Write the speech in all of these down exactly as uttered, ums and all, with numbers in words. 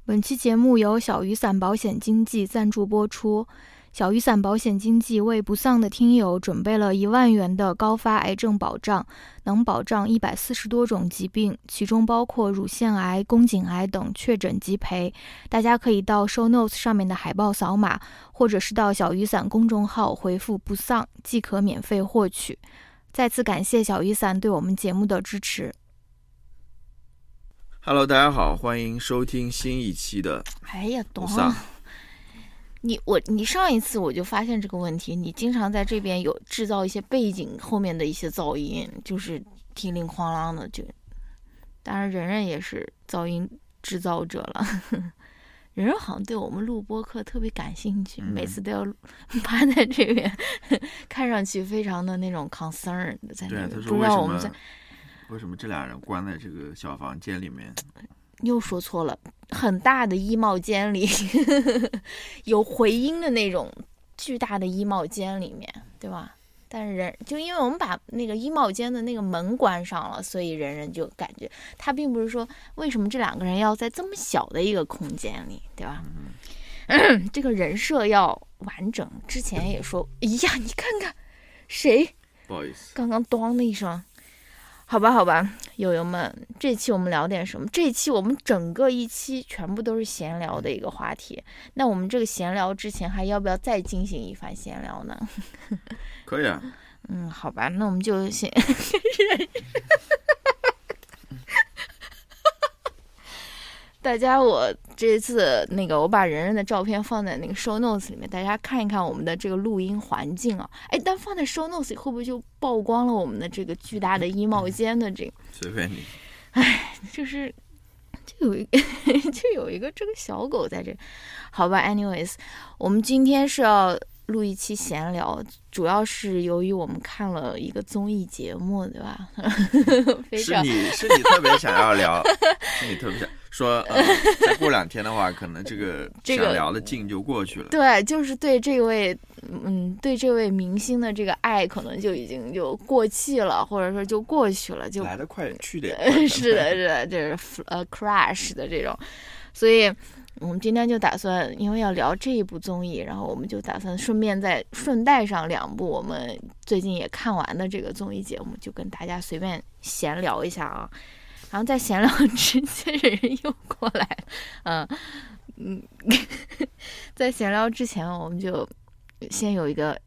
本期节目由小雨伞保险经纪赞助播出。小雨伞保险经纪为不丧的听友准备了一万元的高发癌症保障，能保障一百四十多种疾病，其中包括乳腺癌、宫颈癌等确诊即赔。大家可以到 show notes 上面的海报扫码，或者是到小雨伞公众号回复不丧，即可免费获取。再次感谢小雨伞对我们节目的支持。 Hello， 大家好，欢迎收听新一期的。 哎呀，懂了。你我你上一次我就发现这个问题，你经常在这边有制造一些背景后面的一些噪音，就是叮铃哐啷的，就当然人人也是噪音制造者了。人人好像对我们录播客特别感兴趣，嗯、每次都要趴在这边，看上去非常的那种 concern 在那边。 对，他说为什么为什么这俩人关在这个小房间里面？ 又说错了，很大的衣帽间里有回音的那种巨大的衣帽间里面，对吧？但是人就因为我们把那个衣帽间的那个门关上了，所以人人就感觉他并不是说为什么这两个人要在这么小的一个空间里，对吧？嗯、这个人设要完整。之前也说，哎呀，你看看谁？ 不好意思， 刚刚咚的一声。好吧好吧，友友们，这期我们聊点什么？这期我们整个一期全部都是闲聊的一个话题。那我们这个闲聊之前还要不要再进行一番闲聊呢？ 可以啊。 嗯，好吧，那我们就先大家，我这次那个我把人人的照片放在那个 show notes 里面，大家看一看我们的这个录音环境啊。哎，但放在 show notes 里会不会就曝光了我们的这个巨大的衣帽间的这个？ 随便你。 哎，就是就有一个就有一个这个小狗在这，好吧 ，anyways， 我们今天是要录一期闲聊，主要是由于我们看了一个综艺节目，对吧？ 是你是你特别想要聊，是你特别想。说、呃、再过两天的话，可能这个想聊的劲就过去了。 这个、对，就是对这位，嗯，对这位明星的这个爱，可能就已经就过气了，或者说就过去了，就来得快，去得也快。 是的，是的，这是呃 crash 的这种，所以我们今天就打算，因为要聊这一部综艺，然后我们就打算顺便再顺带上两部我们最近也看完的这个综艺节目，就跟大家随便闲聊一下啊。然后在闲聊之前，人又过来了，嗯嗯，在闲聊之前，我们就先有一个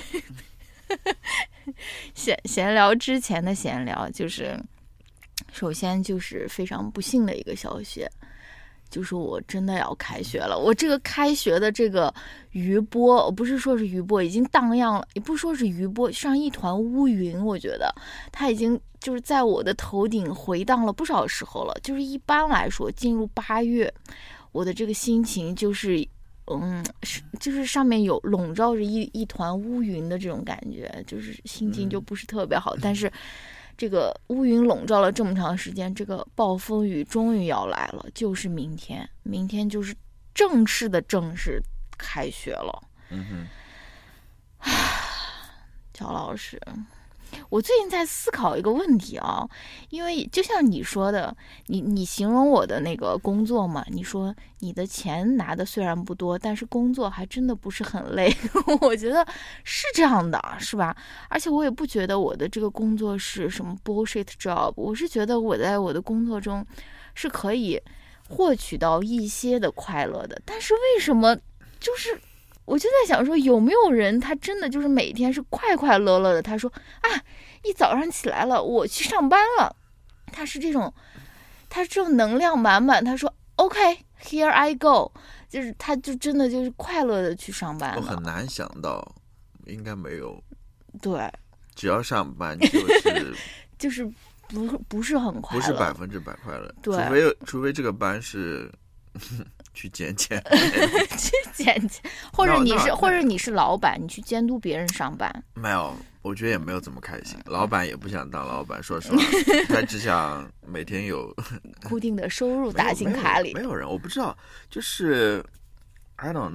闲闲聊之前的闲聊，就是首先就是非常不幸的一个消息，就是我真的要开学了。我这个开学的这个余波，不是说是余波，已经荡漾了，也不说是余波，像一团乌云。我觉得它已经就是在我的头顶回荡了不少时候了。就是一般来说，进入八月，我的这个心情就是，嗯，就是上面有笼罩着一一团乌云的这种感觉，就是心情就不是特别好。嗯、但是这个乌云笼罩了这么长时间，这个暴风雨终于要来了，就是明天，明天就是正式的正式开学了。 嗯哼，乔老师，我最近在思考一个问题啊，因为就像你说的，你你形容我的那个工作嘛，你说你的钱拿的虽然不多，但是工作还真的不是很累。我觉得是这样的，是吧？而且我也不觉得我的这个工作是什么 bullshit job， 我是觉得我在我的工作中是可以获取到一些的快乐的。但是为什么就是我就在想说，有没有人他真的就是每天是快快乐乐的，他说啊，一早上起来了，我去上班了，他是这种他是这种能量满满，他说 OK here I go， 就是他就真的就是快乐的去上班了。 我很难想到，应该没有。 对， 只要上班就是就是不不是很快乐， 不是百分之百快乐。 对， 除非除非这个班是去捡钱去捡钱，或者你是 no, no, 或者你是老板，你去监督别人上班。 没有，我觉得也没有这么开心。老板也不想当老板，说实话，他只想每天有固定的收入打进卡里。 没有, 没有人，我不知道，就是 I don't know，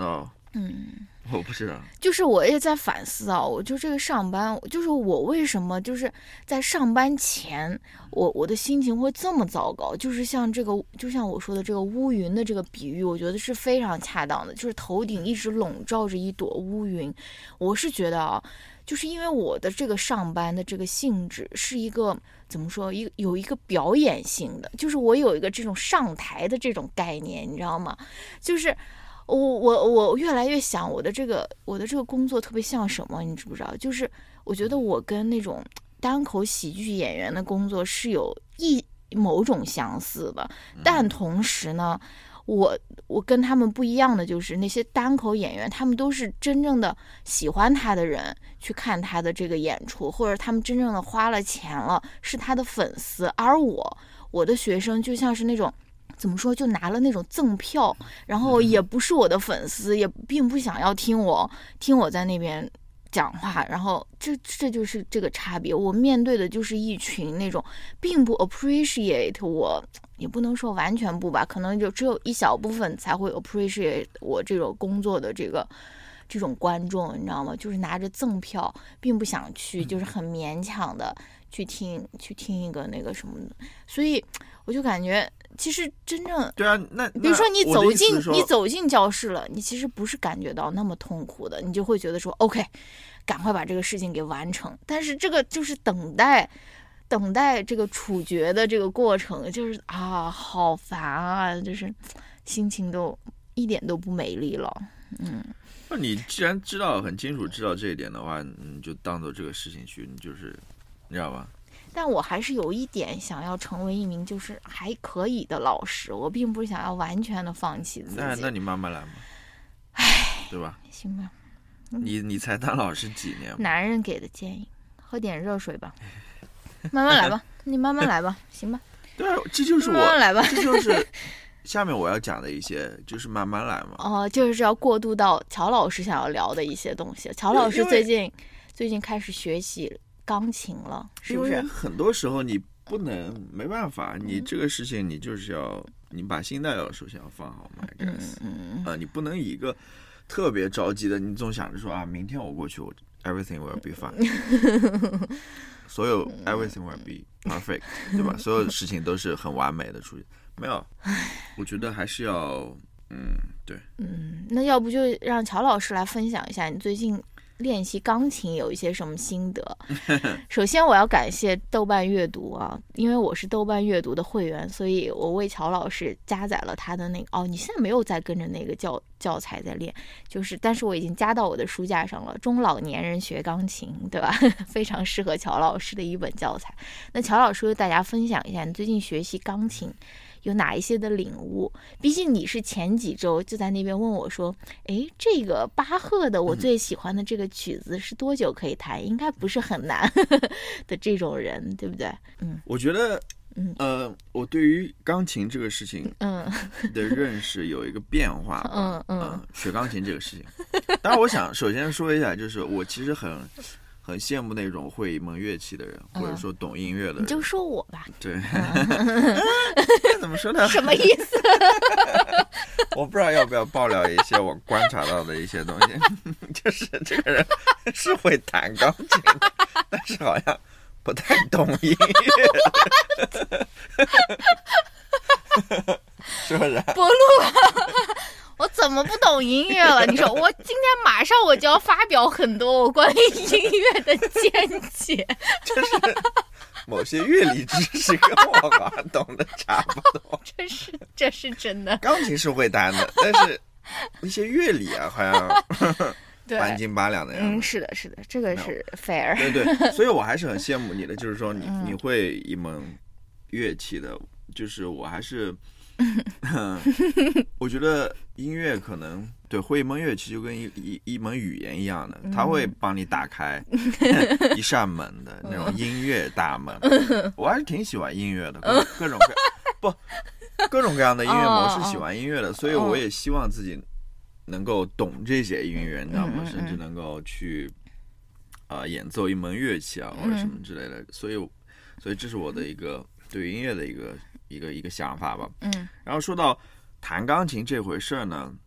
嗯， 我不知道， 就是我也在反思啊，我就这个上班，就是我为什么就是在上班前，我我的心情会这么糟糕，就是像这个，就像我说的这个乌云的这个比喻，我觉得是非常恰当的，就是头顶一直笼罩着一朵乌云，我是觉得啊，就是因为我的这个上班的这个性质是一个怎么说，一个有一个表演性的，就是我有一个这种上台的这种概念，你知道吗？就是我我我越来越想我的这个我的这个工作特别像什么，你知不知道？就是我觉得我跟那种单口喜剧演员的工作是有一某种相似的，但同时呢，我我跟他们不一样的就是那些单口演员，他们都是真正的喜欢他的人去看他的这个演出，或者他们真正的花了钱了，是他的粉丝，而我我的学生就像是那种。怎么说，就拿了那种赠票，然后也不是我的粉丝，也并不想要听我听我在那边讲话，然后这这就是这个差别。我面对的就是一群那种并不 appreciate 我，也不能说完全不吧，可能就只有一小部分才会 appreciate 我这种工作的这个这种观众，你知道吗？就是拿着赠票，并不想去，就是很勉强的去听去听一个那个什么的，所以我就感觉。其实真正对啊，那比如说你走进你走进教室了，你其实不是感觉到那么痛苦的，你就会觉得说 OK， 赶快把这个事情给完成。但是这个就是等待，等待这个处决的这个过程，就是啊，好烦啊，就是心情都一点都不美丽了。嗯， 那你既然知道很清楚知道这一点的话，你就当做这个事情去，你就是你知道吧？ 但我还是有一点想要成为一名就是还可以的老师，我并不是想要完全的放弃自己。 那那你慢慢来嘛， 唉， 对吧？ 行吧。 嗯、你你才当老师几年？ 男人给的建议，喝点热水吧，慢慢来吧，你慢慢来吧，行吧？ 对啊，这就是我慢慢来吧， 这就是下面我要讲的一些，就是慢慢来嘛。 哦，就是要过渡到乔老师想要聊的一些东西。乔老师最近最近开始学习。钢琴了，是不是？ 因为很多时候你不能没办法，你这个事情你就是要你把心态要首先要放好嘛，嗯嗯呃，你不能以一个特别着急的，你总想着说啊，明天我过去，我 everything will be fine， 所有 everything will be perfect， 对吧？所有事情都是很完美的出现，没有，我觉得还是要，嗯，对， 嗯，那要不就让乔老师来分享一下你最近。练习钢琴有一些什么心得？首先我要感谢豆瓣阅读啊，因为我是豆瓣阅读的会员，所以我为乔老师加载了他的那个哦，你现在没有再跟着那个教教材在练，就是但是我已经加到我的书架上了，中老年人学钢琴，对吧？非常适合乔老师的一本教材。那乔老师为大家分享一下你最近学习钢琴有哪一些的领悟？毕竟你是前几周就在那边问我说，哎，这个巴赫的我最喜欢的这个曲子是多久可以弹？应该不是很难的这种人，对不对？嗯， 我觉得，嗯，呃，我对于钢琴这个事情，嗯，的认识有一个变化，嗯嗯、呃，学钢琴这个事情。当然，我想首先说一下，就是我其实很。很羡慕那种会一门乐器的人，或者说懂音乐的人。 你就说我吧。 对，嗯、怎么说呢？ 什么意思？ 我不知道要不要爆料一些我观察到的一些东西。就是这个人是会弹钢琴，但是好像不太懂音乐，是不是？ 不录了。我怎么不懂音乐了？你说我今天马上我就要发表很多我关于音乐的见解， 就是某些乐理知识跟我好像懂得差不多。 这是这是真的。 钢琴是会弹的，但是一些乐理啊，好像半斤八两的样子。 嗯，是的，是的，这个是 fair。 对对，所以我还是很羡慕你的，就是说你、嗯、你会一门乐器的，就是我还是。我觉得音乐可能对会一门乐器就跟一一一门语言一样的，它会帮你打开一扇门的那种音乐大门。我还是挺喜欢音乐的，各各种各不各种各样的音乐模式喜欢音乐的，所以我也希望自己能够懂这些音乐，你知道吗？甚至能够去啊、呃、演奏一门乐器啊或者什么之类的。所以所以这是我的一个对于音乐的一个。一个一个想法吧，嗯，然后说到弹钢琴这回事呢，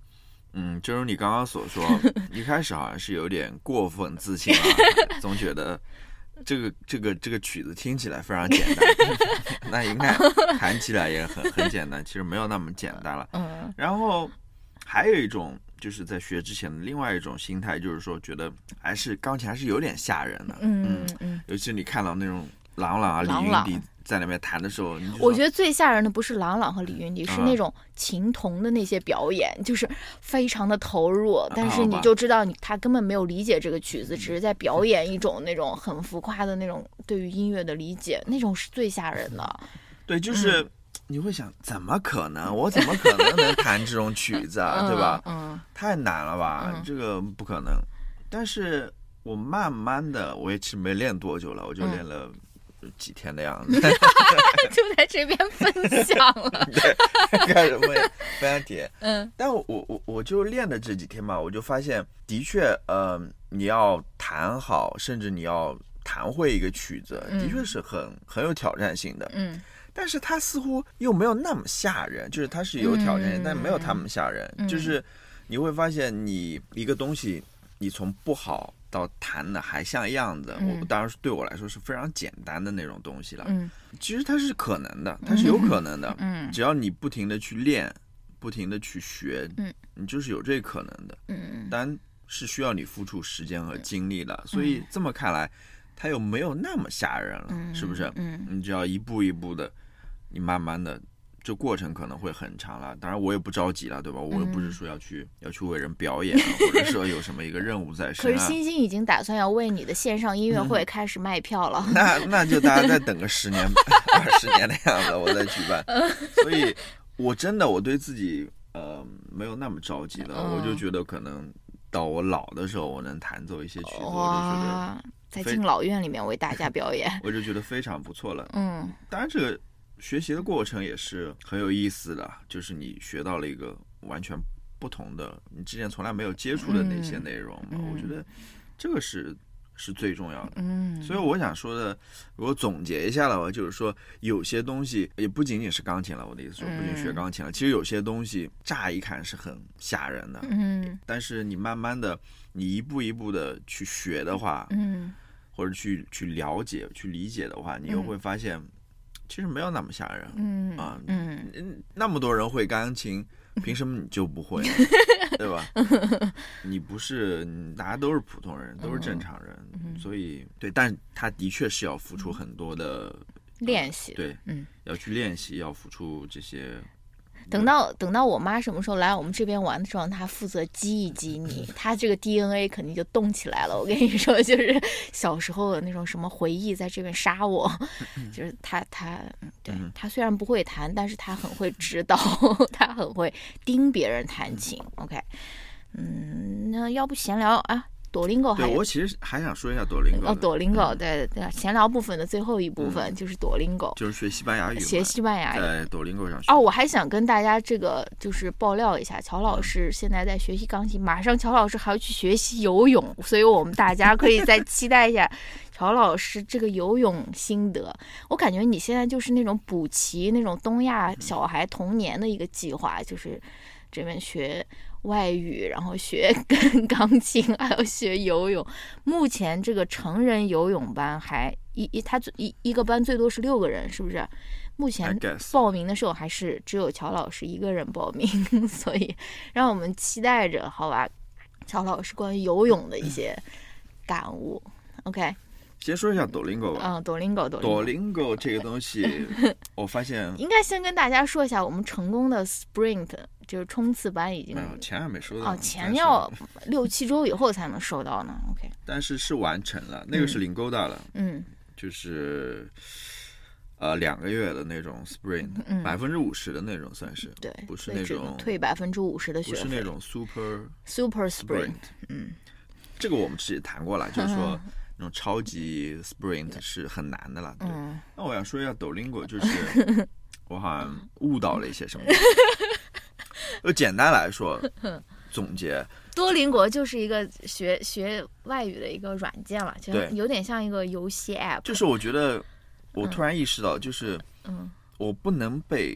嗯，正如你刚刚所说，一开始好像是有点过分自信了，总觉得这个这个这个曲子听起来非常简单，那应该弹起来也很很简单，其实没有那么简单了。 嗯， 然后还有一种就是在学之前的另外一种心态，就是说觉得还是钢琴还是有点吓人的。 嗯嗯， 尤其是你看到那种郎朗啊、李郎朗云迪在那边弹的时候，你就我觉得最吓人的不是郎朗和李云迪， 啊是那种琴童的那些表演，就是非常的投入，但是你好吧就知道你他根本没有理解这个曲子，只是在表演一种那种很浮夸的那种对于音乐的理解，那种是最吓人的。 对，就是你会想，怎么可能？我怎么可能能弹这种曲子啊？对吧？ 嗯， 太难了吧， 嗯这个不可能。但是我慢慢的，我也其实没练多久了，我就练了几天的样子， 嗯、就在这边分享了， 对，开始分分享体验。 嗯， 但我我我就练的这几天嘛，我就发现，的确，呃，你要弹好，甚至你要弹会一个曲子， 嗯、 的确是很很有挑战性的。 嗯。 但是它似乎又没有那么吓人，就是它是有挑战性，嗯、但没有他们吓人。 嗯、 就是你会发现，你一个东西，你从不好到弹的还像样子，嗯、我当然对我来说是非常简单的那种东西了。嗯，其实它是可能的，它是有可能的。嗯，只要你不停的去练，不停的去学，嗯，你就是有这可能的。嗯，当然是需要你付出时间和精力了。所以这么看来，它又没有那么吓人了，嗯、是不是？嗯，你只要一步一步的。你慢慢的，这过程可能会很长了。当然，我也不着急了，对吧？我也不是说要去、嗯、要去为人表演、啊，或者说有什么一个任务在身、啊。 可是星星已经打算要为你的线上音乐会开始卖票了。 嗯、那那就大家再等个十年、二十年的样子，我再举办。所以，我真的我对自己呃没有那么着急了，嗯、我就觉得可能到我老的时候，我能弹奏一些曲子，我就觉得。 在敬老院里面为大家表演， 我就觉得非常不错了。 嗯， 当然这个学习的过程也是很有意思的，就是你学到了一个完全不同的，你之前从来没有接触的那些内容嘛。嗯、我觉得这个是是最重要的。嗯，所以我想说的，如果总结一下的话，就是说有些东西也不仅仅是钢琴了，我的意思说不仅学钢琴了，嗯、其实有些东西乍一看是很吓人的。嗯，但是你慢慢的，你一步一步的去学的话，嗯。或者去去了解、去理解的话，你又会发现，其实没有那么吓人。嗯啊，嗯，那么多人会钢琴，凭什么你就不会？对吧？你不是，大家都是普通人，都是正常人，嗯、所以对，但他的确是要付出很多的练习、呃， 对，嗯，要去练习，要付出这些。 等到等到我妈什么时候来我们这边玩的时候，她负责激一激你，她这个 D N A 肯定就动起来了。我跟你说，就是小时候的那种什么回忆在这边杀我，就是她她对她虽然不会弹，但是她很会指导，她很会盯别人弹琴。OK， 嗯，那要不闲聊啊？朵林狗还有， 对，我其实还想说一下朵林狗哦，朵林狗，嗯、对对，闲聊部分的最后一部分就是朵林狗， 就是学西班牙语， 学西班牙语， 在朵林狗上学。 哦，我还想跟大家这个就是爆料一下，乔老师现在在学习钢琴，马上乔老师还要去学习游泳，所以我们大家可以再期待一下乔老师这个游泳心得。我感觉你现在就是那种补齐那种东亚小孩童年的一个计划，就是这边学外语，然后学钢琴，还要学游泳。目前这个成人游泳班还一一他一一个班最多是六个人，是不是？目前报名的时候还是只有乔老师一个人报名，所以让我们期待着，好吧？乔老师关于游泳的一些感悟。OK。 先说一下朵林狗吧。 嗯，朵林狗， 朵林狗这个东西，我发现应该先跟大家说一下，我们成功的 Sprint 就是冲刺班已经， 没有钱还没收到哦，钱要六七周以后才能收到呢。OK， 但是是完成了，那个是领勾搭了，嗯，就是呃两个月的那种 Sprint， 百分之五十的那种算是， 对， 不是那种退百分之五十的学费， 不是那种 Super Super Sprint， 嗯，这个我们之前谈过了，就是说。那种超级 sprint 是很难的了，对。嗯、那我想说一下抖 lingo， 就是我好像误导了一些什么。就简单来说，总结， 多邻国就是一个学学外语的一个软件了，就有点像一个游戏 app。 就是我觉得，我突然意识到，就是，嗯，我不能被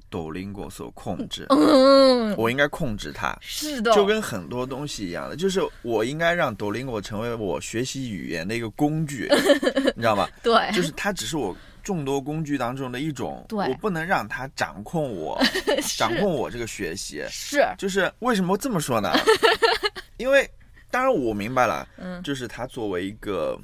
抖音给我所控制， 嗯， 我应该控制它， 是的， 就跟很多东西一样的，就是我应该让抖音给我成为我学习语言的一个工具，你知道吗？ 对， 就是它只是我众多工具当中的一种， 对， 我不能让它掌控我，掌控我这个学习。 是， 就是为什么这么说呢？因为当然我明白了， 嗯， 就是它作为一个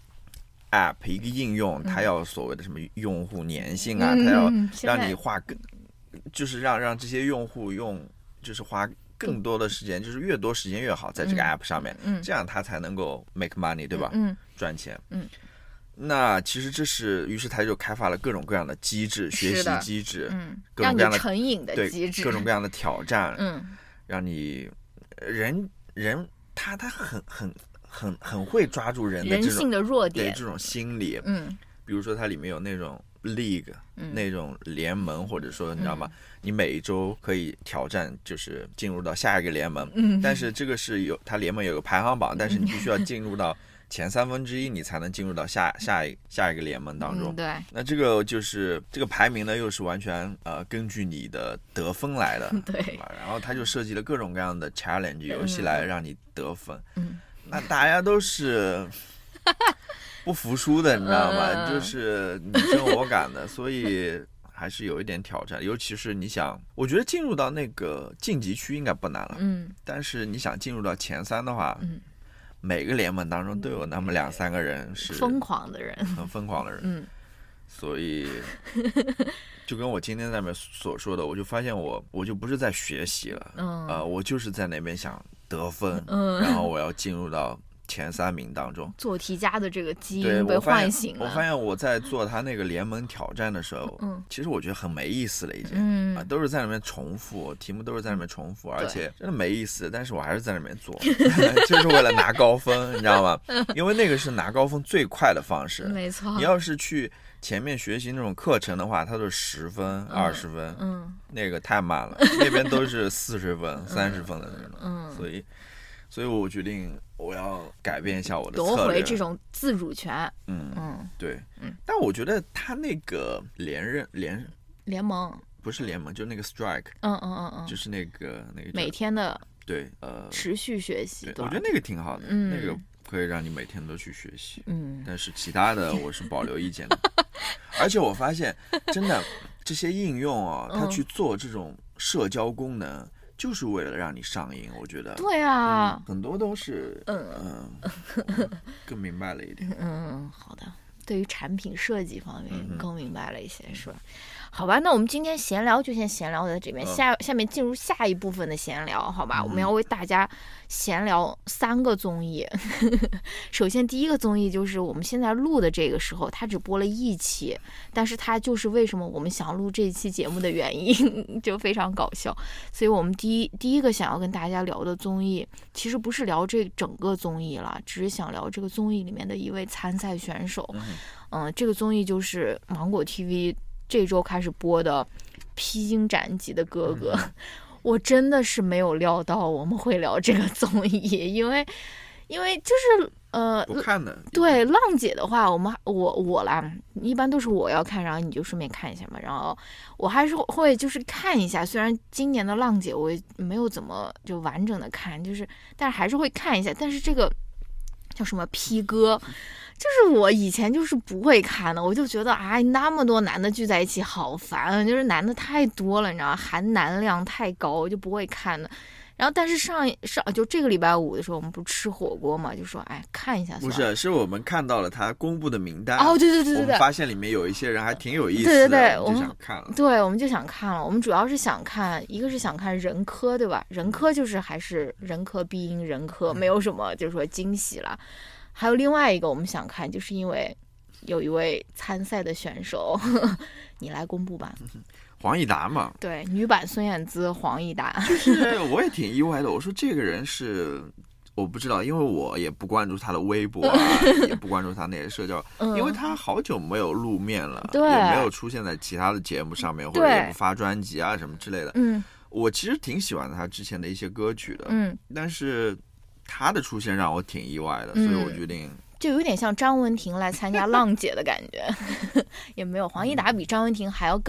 app 一个应用，它要所谓的什么用户粘性啊， 嗯、 它要让你花更，就是让让这些用户用，就是花更多的时间，就是越多时间越好，在这个 app 上面， 嗯， 这样它才能够 make money， 对吧？ 嗯， 赚钱。 嗯。 那其实这是，于是他就开发了各种各样的机制，学习机制， 嗯， 各种各样的让你成瘾的机制， 对，各种各样的挑战， 嗯， 让你人人他他很很很很会抓住人的这种人性的弱点， 对这种心理， 嗯， 比如说它里面有那种 league， 嗯、 那种联盟，或者说你知道吗？嗯、你每一周可以挑战，就是进入到下一个联盟， 嗯， 但是这个是有它联盟有个排行榜，但是你必须要进入到前三分之一，你才能进入到下下一下一个联盟当中。 嗯、对， 那这个就是这个排名呢，又是完全呃根据你的得分来的。 对。 然后他就设计了各种各样的 challenge 游戏来让你得分。 嗯。 那大家都是不服输的，你知道吗？嗯、就是你争我赶的，所以还是有一点挑战。尤其是你想，我觉得进入到那个晋级区应该不难了。 嗯。但是你想进入到前三的话，嗯。每个联盟当中都有那么两三个人是疯狂的人， 很疯狂的人， 嗯， 所以就跟我今天在那边所说的，我就发现我我就不是在学习了，嗯，呃，我就是在那边想得分，嗯，然后我要进入到前三名当中， 做题家的这个基因被唤醒了。 我发现我在做他那个联盟挑战的时候，嗯，其实我觉得很没意思了，已经，嗯、啊，都是在那边重复题目，都是在那边重复，而且真的没意思。但是我还是在那边做，就是为了拿高分，你知道吗？因为那个是拿高分最快的方式。 没错。 你要是去前面学习那种课程的话，它都是十分、二十分，嗯，那个太慢了，那边都是四十分、三十分的那种，嗯，所以。所以我决定我要改变一下我的策略， 夺回这种自主权。 嗯嗯，对，嗯。但我觉得他那个连任联联盟不是联盟，就那个 strike， 嗯嗯嗯嗯， 就是那个那个每天的对呃持续学习。 我觉得那个挺好的，嗯，那个可以让你每天都去学习。 嗯， 但是其他的我是保留意见的。而且我发现，真的这些应用啊，它去做这种社交功能。就是为了让你上瘾，我觉得。 对啊， 嗯、很多都是，嗯嗯，更明白了一点。 嗯，好的。对于产品设计方面更明白了一些，嗯、是吧？好吧，那我们今天闲聊就先闲聊在这边，嗯、下下面进入下一部分的闲聊，好吧？嗯、我们要为大家闲聊三个综艺。首先，第一个综艺就是我们现在录的这个时候，它只播了一期，但是它就是为什么我们想录这期节目的原因，就非常搞笑。所以我们第一第一个想要跟大家聊的综艺，其实不是聊这整个综艺了，只是想聊这个综艺里面的一位参赛选手。嗯，呃、这个综艺就是芒果 T V。这周开始播的《披荆斩棘的哥哥》，嗯、我真的是没有料到我们会聊这个综艺，因为，因为就是呃， 不看的。 对，浪姐的话，我们我我啦，一般都是我要看，然后你就顺便看一下嘛。然后我还是会就是看一下，虽然今年的浪姐我也没有怎么就完整的看，就是但是还是会看一下。但是这个叫什么披哥？就是我以前就是不会看的，我就觉得哎，那么多男的聚在一起好烦，就是男的太多了，你知道吗？含男量太高，我就不会看的。然后，但是上上就这个礼拜五的时候，我们不是吃火锅嘛，就说哎，看一下。 不是，是我们看到了他公布的名单。 哦，对对对对对， 我们发现里面有一些人还挺有意思的， 对对对， 我们就想看了。 对，我们就想看了。我们主要是想看，一个是想看人科，对吧？人科就是还是人科必应人科，没有什么就是说惊喜了。还有另外一个我们想看，就是因为有一位参赛的选手，呵呵你来公布吧。 黄义达嘛， 对，女版孙燕姿，黄义达。 就是我也挺意外的，我说这个人是我不知道，因为我也不关注他的微博啊，也不关注他那些社交，嗯、因为他好久没有露面了， 对， 也没有出现在其他的节目上面，或者也不发专辑啊什么之类的。 嗯， 我其实挺喜欢他之前的一些歌曲的， 嗯， 但是。他的出现让我挺意外的，嗯、所以我决定就有点像张文婷来参加浪姐的感觉，也没有黄义达比张文婷还要更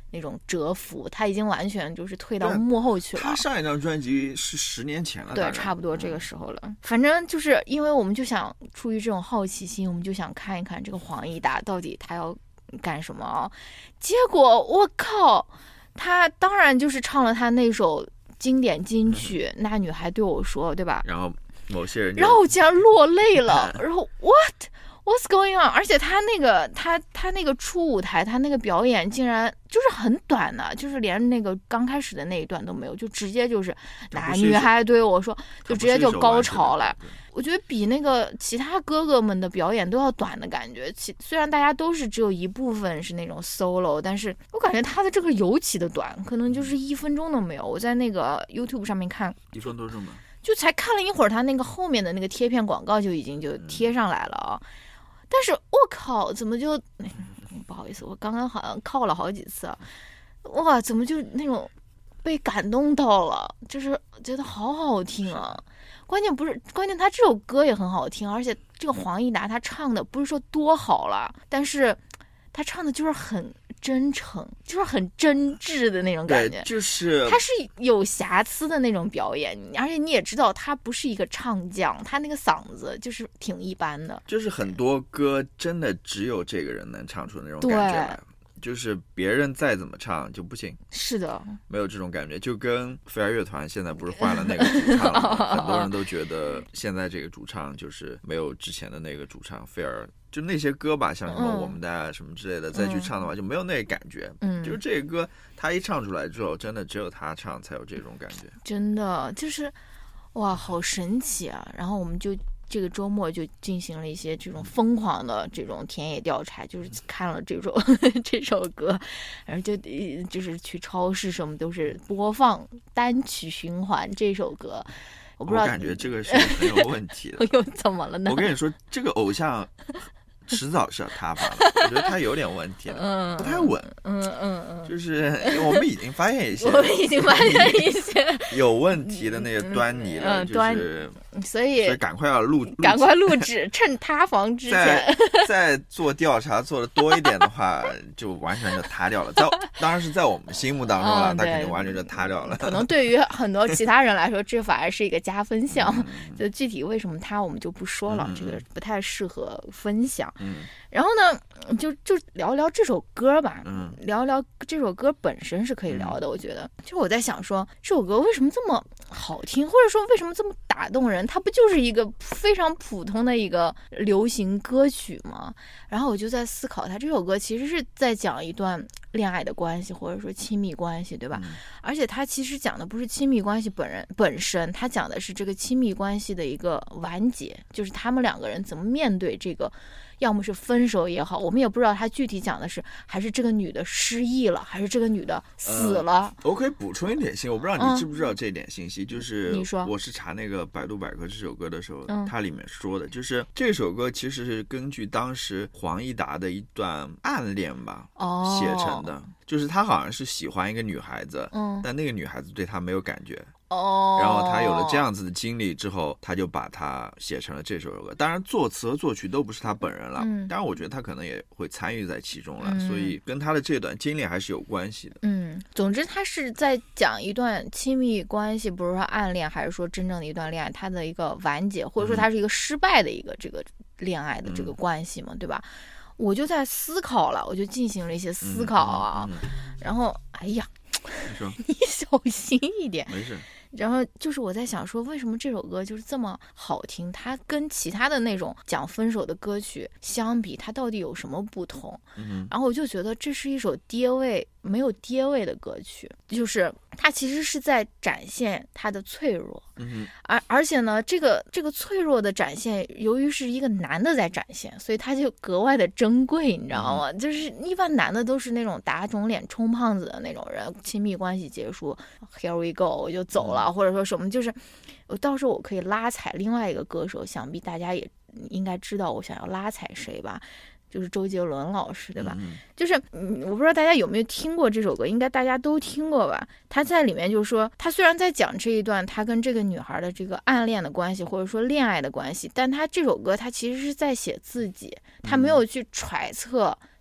那种蛰伏，他已经完全就是退到幕后去了。 他上一张专辑是十年前了， 对，差不多这个时候了。嗯、反正就是因为我们就想出于这种好奇心，我们就想看一看这个黄义达到底他要干什么啊？结果我靠，他当然就是唱了他那首经典金曲、嗯、那女孩对我说，对吧？ 然后某些人， 然后我竟然落泪了，然后 what what's going on？ 而且他那个他他那个初舞台，他那个表演竟然就是很短的，就是连那个刚开始的那一段都没有，就直接就是那女孩对我说，就直接就高潮了。我觉得比那个其他哥哥们的表演都要短的感觉。其虽然大家都是只有一部分是那种 solo， 但是我感觉他的这个尤其的短，可能就是一分钟都没有。我在那个 YouTube 上面看， 一分多钟吧， 就才看了一会儿，他那个后面的那个贴片广告就已经就贴上来了啊。嗯、但是我靠，怎么就、哎、不好意思，我刚刚好像靠了好几次，哇，怎么就那种被感动到了，就是觉得好好听啊。关键不是，关键他这首歌也很好听，而且这个黄义达他唱的不是说多好了，但是他唱的就是很真诚，就是很真挚的那种感觉， 就是他是有瑕疵的那种表演，而且你也知道他不是一个唱将，他那个嗓子就是挺一般的， 就是很多歌真的只有这个人能唱出那种感觉来，就是别人再怎么唱就不行。 是的， 没有这种感觉，就跟飞儿乐团现在不是换了那个主唱了吗？很多人都觉得现在这个主唱就是没有之前的那个主唱飞儿，就那些歌吧，像什么我们的、啊、什么之类的、嗯、再去唱的话就没有那个感觉。嗯，就是这个歌他一唱出来之后，真的只有他唱才有这种感觉，真的就是哇好神奇啊。然后我们就这个周末就进行了一些这种疯狂的这种田野调查，就是看了这首这首歌，然后就就是去超市什么都是播放单曲循环这首歌。我不知道， 我感觉这个是很有问题的。 又怎么了呢？ 我跟你说，这个偶像迟早是要塌房的，我觉得他有点问题了，嗯、不太稳。 嗯嗯嗯， 就是我们已经发现一些， 我们已经发现一些有问题的那个端倪了，嗯、 就是端所以所以赶快要录， 赶快录制，趁塌房之前， 再做调查做的多一点的话，就完全就塌掉了。在当然是在我们心目当中了，他、嗯、肯定完全就塌掉了。 可能对于很多其他人来说，这反而是一个加分项。嗯、就具体为什么塌，我们就不说了，嗯、这个不太适合分享。嗯，然后呢，就就聊聊这首歌吧。嗯，聊聊这首歌本身是可以聊的，嗯、我觉得。就我在想说，这首歌为什么这么好听，或者说为什么这么打动人？它不就是一个非常普通的一个流行歌曲吗？然后我就在思考，它这首歌其实是在讲一段恋爱的关系，或者说亲密关系，对吧？嗯、而且它其实讲的不是亲密关系本人本身，它讲的是这个亲密关系的一个完结，就是他们两个人怎么面对这个。要么是分手也好，我们也不知道他具体讲的是还是这个女的失忆了，还是这个女的死了。 呃、我可以补充一点信，我不知道你知不知道这点信息，嗯、就是你说， 我是查那个百度百科这首歌的时候，嗯、它里面说的就是这首歌其实是根据当时黄义达的一段暗恋吧、哦、写成的，就是他好像是喜欢一个女孩子，嗯、但那个女孩子对他没有感觉。哦，然后他有了这样子的经历之后，他就把它写成了这首歌。当然，作词和作曲都不是他本人了。嗯，当然，我觉得他可能也会参与在其中了，嗯、所以跟他的这段经历还是有关系的。 嗯，总之他是在讲一段亲密关系，不是说暗恋，还是说真正的一段恋爱，他的一个完结，或者说他是一个失败的一个这个恋爱的这个关系嘛，嗯、对吧？我就在思考了，我就进行了一些思考啊，嗯嗯嗯、然后，哎呀， 你说， 你小心一点， 没事。 然后就是我在想说，为什么这首歌就是这么好听？它跟其他的那种讲分手的歌曲相比，它到底有什么不同？嗯，然后我就觉得这是一首跌位没有跌位的歌曲，就是它其实是在展现它的脆弱。嗯，而而且呢，这个这个脆弱的展现，由于是一个男的在展现，所以它就格外的珍贵，你知道吗？嗯、就是一般男的都是那种打肿脸充胖子的那种人，亲密关系结束 ，Here we go， 我就走了。或者说什么，就是我到时候我可以拉踩另外一个歌手，想必大家也应该知道我想要拉踩谁吧，就是周杰伦老师，对吧？嗯、就是嗯，我不知道大家有没有听过这首歌，应该大家都听过吧？他在里面就是说，他虽然在讲这一段他跟这个女孩的这个暗恋的关系，或者说恋爱的关系，但他这首歌他其实是在写自己，他没有去揣测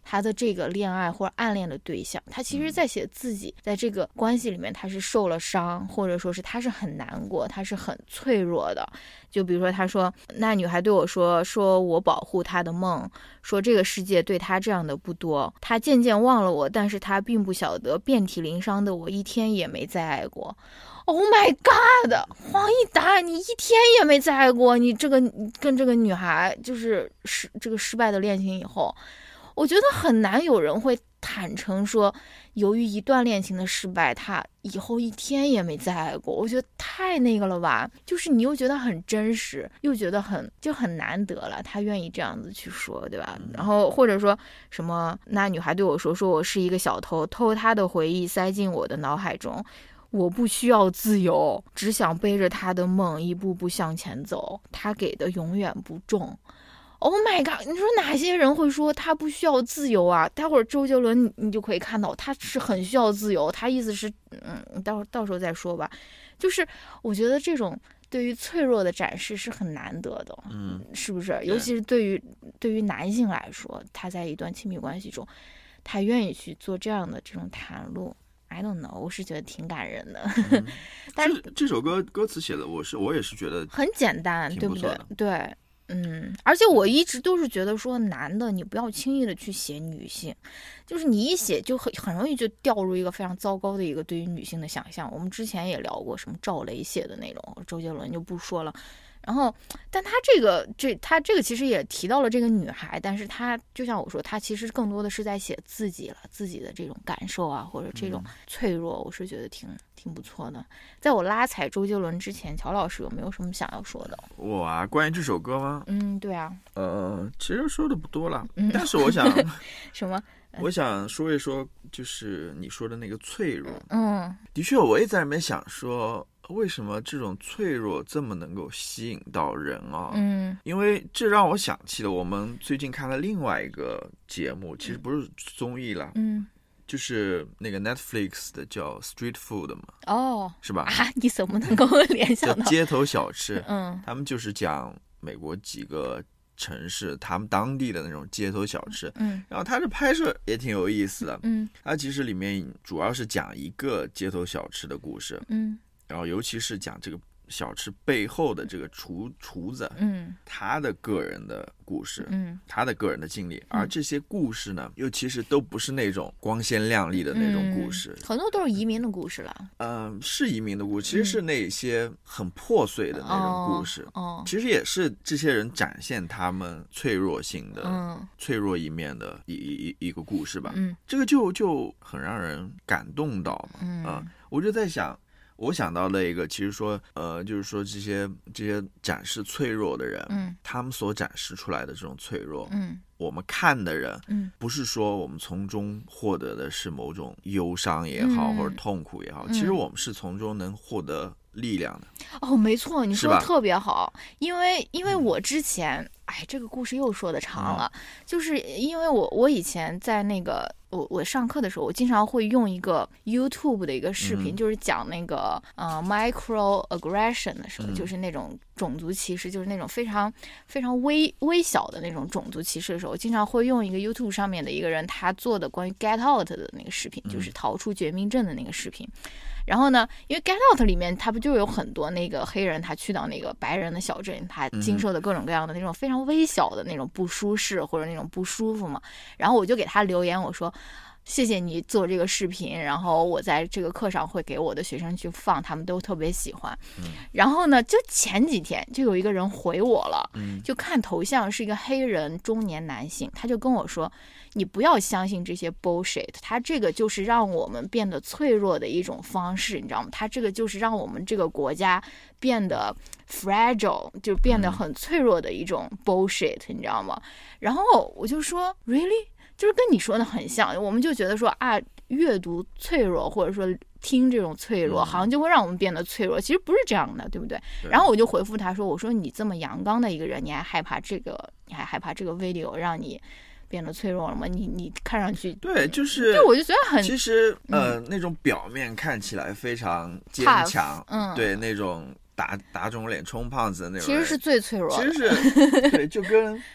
他的这个恋爱或者暗恋的对象，他其实在写自己在这个关系里面他是受了伤，或者说是他是很难过，他是很脆弱的。就比如说他说，那女孩对我说，说我保护她的梦，说这个世界对她这样的不多，她渐渐忘了我，但是她并不晓得遍体鳞伤的我一天也没再爱过。Oh my god， 黄义达，你一天也没再爱过，你这个跟这个女孩就是失这个失败的恋情以后，我觉得很难有人会坦诚说，由于一段恋情的失败，他以后一天也没再爱过。我觉得太那个了吧，就是你又觉得很真实，又觉得很就很难得了，他愿意这样子去说，对吧？然后或者说什么，那女孩对我说，说我是一个小偷，偷她的回忆塞进我的脑海中。我不需要自由，只想背着他的梦一步步向前走，他给的永远不重。Oh my god， 你说哪些人会说他不需要自由啊？待会儿周杰伦 你, 你就可以看到他是很需要自由，他意思是嗯，到到时候再说吧。就是我觉得这种对于脆弱的展示是很难得的， 嗯， 是不是？尤其是对于对于男性来说，他在一段亲密关系中，他愿意去做这样的这种袒露。I don't know， 我是觉得挺感人的。 嗯、 但是这首歌歌词写的，我是我也是觉得很简单，对不对？对，嗯，而且我一直都是觉得说，男的你不要轻易的去写女性，就是你一写就很很容易就掉入一个非常糟糕的一个对于女性的想象。我们之前也聊过什么赵雷写的那种，周杰伦就不说了。然后，但他这个这他这个其实也提到了这个女孩，但是他就像我说，他其实更多的是在写自己了，自己的这种感受啊，或者这种脆弱，我是觉得挺挺不错的。在我拉踩周杰伦之前，乔老师有没有什么想要说的？ 我啊，关于这首歌吗？ 嗯，对啊。 呃，其实说的不多了， 嗯、 但是我想什么？ 我想说一说，就是你说的那个脆弱。 嗯， 的确，我也在里面想说。为什么这种脆弱这么能够吸引到人啊？ 嗯， 因为这让我想起了我们最近看了另外一个节目，其实不是综艺了， 嗯， 就是那个 Netflix 的叫 Street Food 嘛， 哦， 是吧？ 啊，你怎么能够联想到街头小吃？ 嗯， 他们就是讲美国几个城市他们当地的那种街头小吃， 嗯， 然后它的拍摄也挺有意思的， 嗯， 它其实里面主要是讲一个街头小吃的故事， 嗯。 然后尤其是讲这个小吃背后的这个厨厨子， 嗯， 他的个人的故事， 嗯， 他的个人的经历，而这些故事呢，又其实都不是那种光鲜亮丽的那种故事， 嗯、很多都是移民的故事了。 嗯、呃，是移民的故事，其实是那些很破碎的那种故事， 哦，哦其实也是这些人展现他们脆弱性的、 嗯、 脆弱一面的一一一个故事吧。 嗯， 这个就就很让人感动到嘛。 嗯、 呃，我就在想。我想到了一个，其实说，呃，就是说这些这些展示脆弱的人， 嗯， 他们所展示出来的这种脆弱， 嗯， 我们看的人， 嗯， 不是说我们从中获得的是某种忧伤也好， 嗯、 或者痛苦也好， 嗯、 其实我们是从中能获得力量的。 哦，没错，你说的特别好，因为因为我之前，哎，这个故事又说的长了，嗯、就是因为我我以前在那个。我我上课的时候，我经常会用一个 YouTube 的一个视频，嗯、就是讲那个呃 microaggression 的时候，嗯、就是那种种族歧视，就是那种非常非常微微小的那种种族歧视的时候，我经常会用一个 YouTube 上面的一个人他做的关于 Get Out 的那个视频，嗯、就是逃出绝命镇的那个视频。然后呢，因为 Get Out 里面他不就有很多那个黑人他去到那个白人的小镇，他经受的各种各样的那种非常微小的那种不舒适或者那种不舒服嘛。然后我就给他留言，我说谢谢你做这个视频，然后我在这个课上会给我的学生去放，他们都特别喜欢。 嗯、 然后呢，就前几天就有一个人回我了， 嗯、 就看头像是一个黑人中年男性，他就跟我说，你不要相信这些 bullshit， 他这个就是让我们变得脆弱的一种方式，你知道吗？他这个就是让我们这个国家变得 fragile， 就变得很脆弱的一种 bullshit， 你知道吗？然后我就说 really？就是跟你说的很像，我们就觉得说啊，阅读脆弱或者说听这种脆弱，好像就会让我们变得脆弱，其实不是这样的，对不对？ 对。 然后我就回复他说，我说你这么阳刚的一个人，你还害怕这个，你还害怕这个 video 让你变得脆弱了吗？你你看上去对，就是就我就觉得很其实呃、嗯、那种表面看起来非常坚强， 嗯， 对那种打打肿脸充胖子的那种人， 其实是最脆弱的， 其实是对，就跟。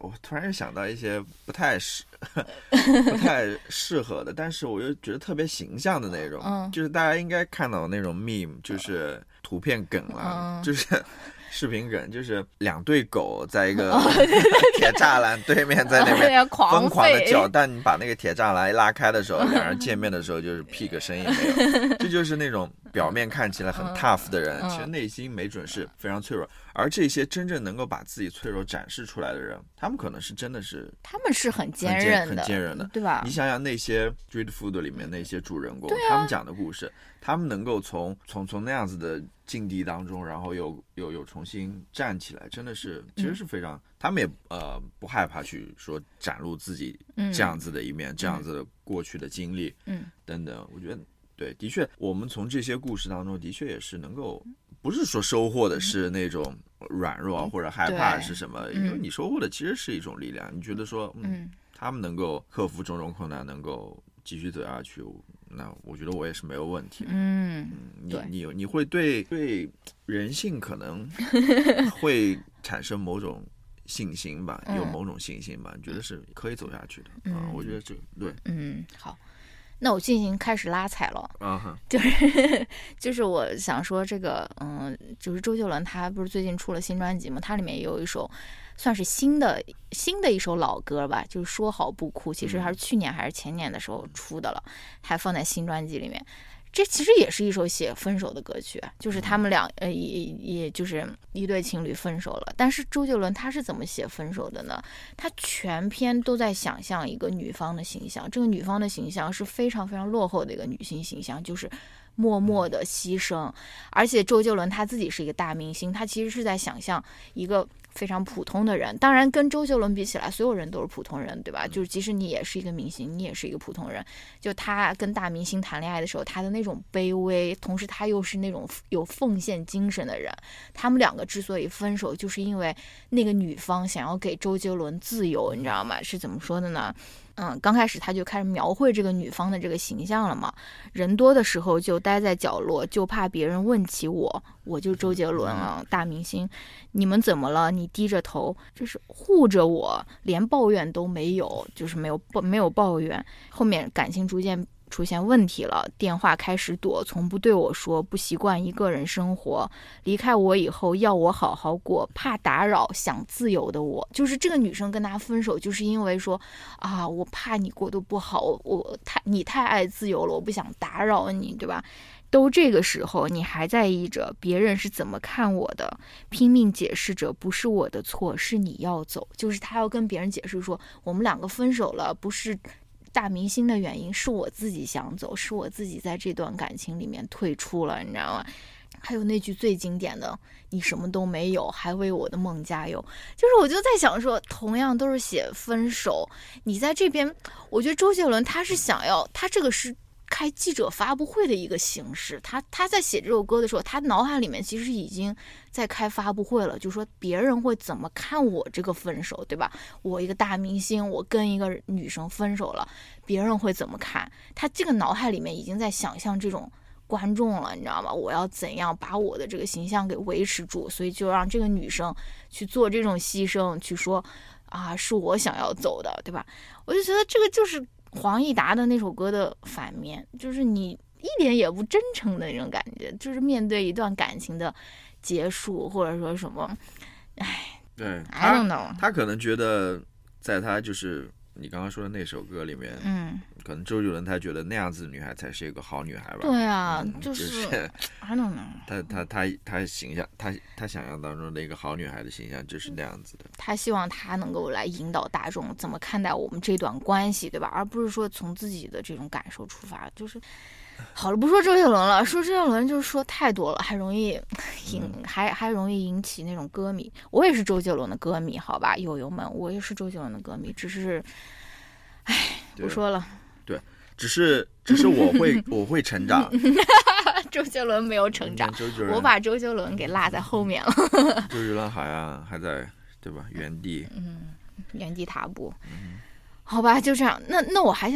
我突然又想到一些不太适不太适合的，但是我又觉得特别形象的那种， 嗯、 就是大家应该看到那种 meme， 就是图片梗啦，嗯、就是视频梗，就是两对狗在一个铁栅栏对面，在那边疯狂的叫，但你把那个铁栅栏一拉开的时候，两人见面的时候就是屁个声音没有，这就是那种表面看起来很 tough 的人，其实内心没准是非常脆弱。而这些真正能够把自己脆弱展示出来的人，他们可能是真的是， 他们是很坚韧的， 很坚韧的， 对吧？ 你想想那些 Street Food 里面那些主人公，啊、他们讲的故事，他们能够从从从那样子的境地当中，然后又又又重新站起来，真的是其实是非常，嗯、他们也呃不害怕去说展露自己这样子的一面，嗯、这样子的过去的经历，嗯，等等，我觉得对，的确，我们从这些故事当中，的确也是能够。不是说收获的是那种软弱或者害怕是什么，因为你收获的其实是一种力量。你觉得说，嗯，他们能够克服种种困难，能够继续走下去，那我觉得我也是没有问题的。嗯，你你你会对对人性可能会产生某种信心吧，有某种信心吧，你觉得是可以走下去的啊？嗯、我觉得这对， 嗯，好。那我进行开始拉踩了， 啊， 就是就是我想说这个，嗯，就是周杰伦他不是最近出了新专辑嘛，他里面也有一首算是新的新的一首老歌吧，就是说好不哭，其实还是去年还是前年的时候出的了，还放在新专辑里面。这其实也是一首写分手的歌曲，就是他们俩呃也也就是一对情侣分手了。但是周杰伦他是怎么写分手的呢？他全篇都在想象一个女方的形象，这个女方的形象是非常非常落后的一个女性形象，就是默默的牺牲。而且周杰伦他自己是一个大明星，他其实是在想象一个非常普通的人，当然跟周杰伦比起来，所有人都是普通人，对吧？就是即使你也是一个明星，你也是一个普通人。就他跟大明星谈恋爱的时候，他的那种卑微，同时他又是那种有奉献精神的人。他们两个之所以分手，就是因为那个女方想要给周杰伦自由，你知道吗？是怎么说的呢？嗯，刚开始他就开始描绘这个女方的这个形象了嘛。人多的时候就待在角落，就怕别人问起我，我就周杰伦啊，大明星。你们怎么了？你低着头，就是护着我，连抱怨都没有，就是没有没有抱怨。后面感情逐渐出现问题了，电话开始躲，从不对我说，不习惯一个人生活，离开我以后要我好好过，怕打扰想自由的我。就是这个女生跟他分手，就是因为说啊，我怕你过得不好，我太你太爱自由了，我不想打扰你，对吧？都这个时候你还在意着别人是怎么看我的，拼命解释着不是我的错，是你要走。就是他要跟别人解释说，我们两个分手了，不是大明星的原因，是我自己想走，是我自己在这段感情里面退出了，你知道吗？还有那句最经典的，你什么都没有，还为我的梦加油。就是我就在想说，同样都是写分手，你在这边，我觉得周杰伦他是想要，他这个是开记者发布会的一个形式，他他在写这首歌的时候，他脑海里面其实已经在开发布会了，就说别人会怎么看我这个分手，对吧？我一个大明星，我跟一个女生分手了，别人会怎么看？他这个脑海里面已经在想象这种观众了，你知道吗？我要怎样把我的这个形象给维持住？所以就让这个女生去做这种牺牲，去说啊，是我想要走的，对吧？我就觉得这个就是黄义达的那首歌的反面，就是你一点也不真诚的那种感觉，就是面对一段感情的结束，或者说什么，哎， 对 ，I don't know， 他, 他可能觉得，在他就是你刚刚说的那首歌里面， 嗯， 可能周杰伦他觉得那样子的女孩才是一个好女孩吧？ 对啊， 嗯、 就是、就是、 I don't know， 他他他他形象，他他想象当中的一个好女孩的形象就是那样子的。 他希望他能够来引导大众怎么看待我们这段关系，对吧？而不是说从自己的这种感受出发，就是。好了，不说周杰伦了，说周杰伦就是说太多了，还容易引，嗯、还还容易引起那种歌迷。我也是周杰伦的歌迷，好吧，友友们，我也是周杰伦的歌迷，只是，唉，不说了。 对，只是只是我会我会成长。 周杰伦没有成长， 嗯、 我把周杰伦给落在后面了。 周杰伦好像还在，对吧？原地， 嗯，原地踏步。 嗯， 好吧，就这样。那那我还想。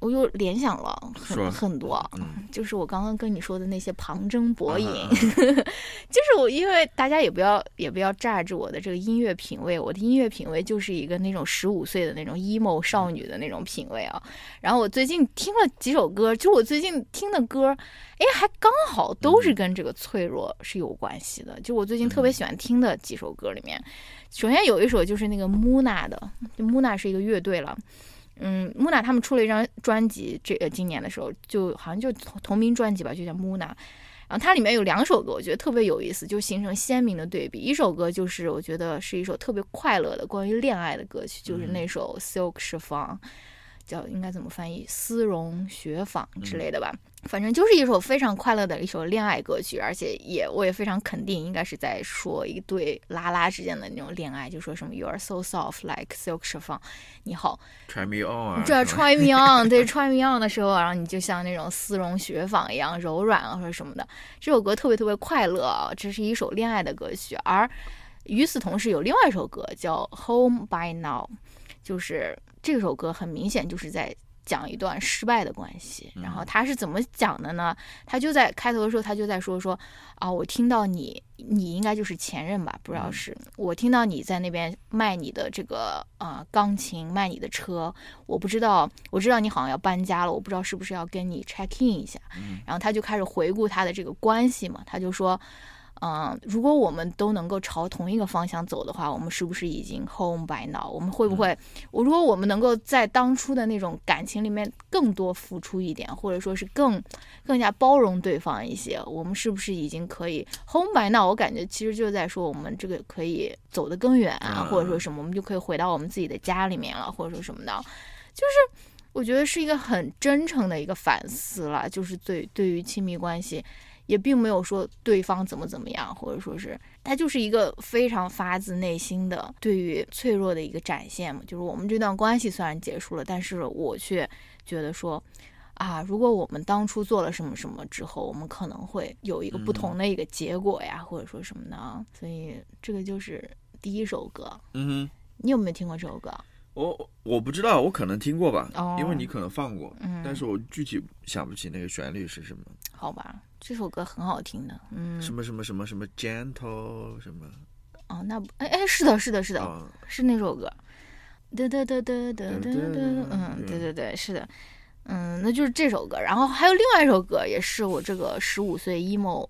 我又联想了很很多， 嗯， 就是我刚刚跟你说的那些旁征博引， 啊、 就是我因为大家也不要也不要榨制我的这个音乐品味，我的音乐品味就是一个那种十五岁的那种 emo 少女的那种品味啊。然后我最近听了几首歌，就我最近听的歌，哎，还刚好都是跟这个脆弱是有关系的。就我最近特别喜欢听的几首歌里面，首先有一首就是那个 Muna 的，就 Muna 是一个乐队了。嗯，Muna 他们出了一张专辑，这呃今年的时候就好像就同同名专辑吧，就叫 Muna。然后它里面有两首歌，我觉得特别有意思，就形成鲜明的对比。一首歌就是我觉得是一首特别快乐的关于恋爱的歌曲，就是那首 Silk Chiffon， 叫应该怎么翻译？丝绒雪纺之类的吧。反正就是一首非常快乐的一首恋爱歌曲，而且也我也非常肯定，应该是在说一对拉拉之间的那种恋爱，就说什么 You are so soft like silk chiffon， 你好 ，Try me on， 这 Try me on， 对 Try me on 的时候，然后你就像那种丝绒雪纺一样柔软啊或者什么的。这首歌特别特别快乐啊，这是一首恋爱的歌曲。而与此同时，有另外一首歌叫 Home by Now， 就是这首歌很明显就是在讲一段失败的关系，然后他是怎么讲的呢？他就在开头的时候，他就在说说啊，我听到你，你应该就是前任吧？不知道是我听到你在那边卖你的这个啊、呃、钢琴，卖你的车，我不知道，我知道你好像要搬家了，我不知道是不是要跟你 check in 一下。然后他就开始回顾他的这个关系嘛，他就说。嗯，如果我们都能够朝同一个方向走的话，我们是不是已经 home by now？ 我们会不会，我如果我们能够在当初的那种感情里面更多付出一点，或者说是更更加包容对方一些，我们是不是已经可以 home by now？ 我感觉其实就在说我们这个可以走得更远啊，或者说什么，我们就可以回到我们自己的家里面了，或者说什么的，就是我觉得是一个很真诚的一个反思了，就是对对于亲密关系。也并没有说对方怎么怎么样，或者说是他就是一个非常发自内心的对于脆弱的一个展现嘛。就是我们这段关系虽然结束了，但是我却觉得说啊，如果我们当初做了什么什么之后，我们可能会有一个不同的一个结果呀，嗯、或者说什么的。所以这个就是第一首歌。 嗯哼， 你有没有听过这首歌？ 我我不知道，我可能听过吧， 哦、 因为你可能放过， 嗯， 但是我具体想不起那个旋律是什么。 好吧，这首歌很好听的，嗯， 什么什么什么什么 gentle 什么？ 哦，那不，哎哎，是的，是的，是的， 哦、 是那首歌。哒哒哒哒哒哒哒，嗯，对对对，是的，嗯，那就是这首歌。然后还有另外一首歌，也是我这个十五岁 emo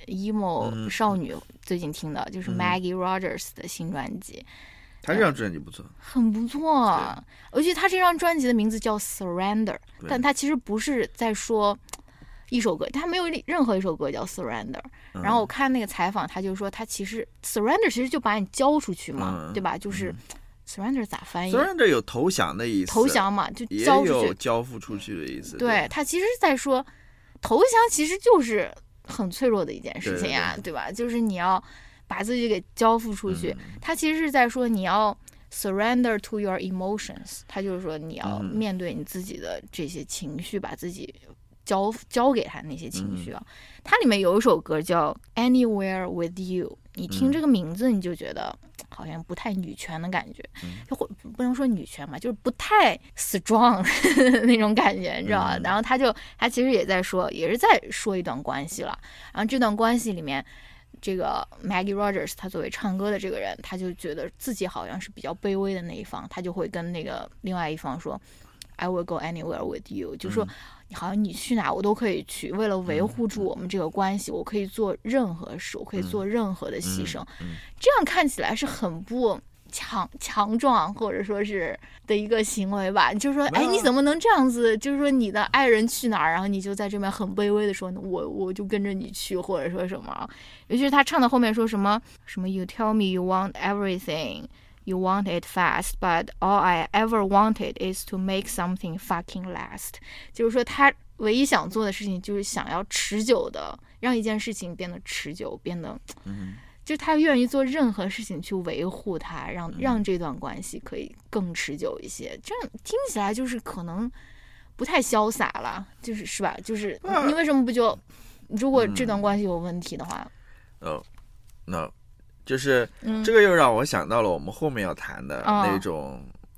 emo 少女最近听的，就是 Maggie Rogers 的新专辑。 他这张专辑不错， 很不错，而且他这张专辑的名字叫 Surrender， 但他其实不是在说一首歌，他没有任何一首歌叫 Surrender。 嗯、 然后我看那个采访，他就说他其实 Surrender 其实就把你交出去嘛， 嗯、 对吧？就是、嗯、Surrender 咋翻译 ？Surrender 有投降的意思， 投降嘛，就交出去， 也有交付出去的意思。 对，对他其实是在说投降，其实就是很脆弱的一件事情呀、啊， 对, 对, 对吧？就是你要。把自己给交付出去，嗯、他其实是在说你要 surrender to your emotions， 他就是说你要面对你自己的这些情绪，嗯、把自己交交给他那些情绪啊。嗯、它里面有一首歌叫 Anywhere with You， 你听这个名字你就觉得好像不太女权的感觉，嗯、就不能说女权嘛，就是不太 strong 那种感觉，你知道吧？嗯、然后他就他其实也在说，也是在说一段关系了，然后这段关系里面。这个 Maggie Rogers 他作为唱歌的这个人，他就觉得自己好像是比较卑微的那一方，他就会跟那个另外一方说 I will go anywhere with you， 就说好像你去哪我都可以去，为了维护住我们这个关系，我可以做任何事，我可以做任何的牺牲，这样看起来是很不强强壮或者说是的一个行为吧，就是说哎你怎么能这样子，就是说你的爱人去哪儿，然后你就在这边很卑微的说我我就跟着你去，或者说什么，尤其是他唱到后面说什么什么 You tell me you want everything you want it fast but all I ever wanted is to make something fucking last， 就是说他唯一想做的事情就是想要持久的让一件事情变得持久，变得嗯就是他愿意做任何事情去维护它，让让这段关系可以更持久一些。这样听起来就是可能不太潇洒了，就是是吧？就是你为什么不就，如果这段关系有问题的话， 哦、嗯 ，no， 就是、嗯、这个又让我想到了我们后面要谈的那种、哦、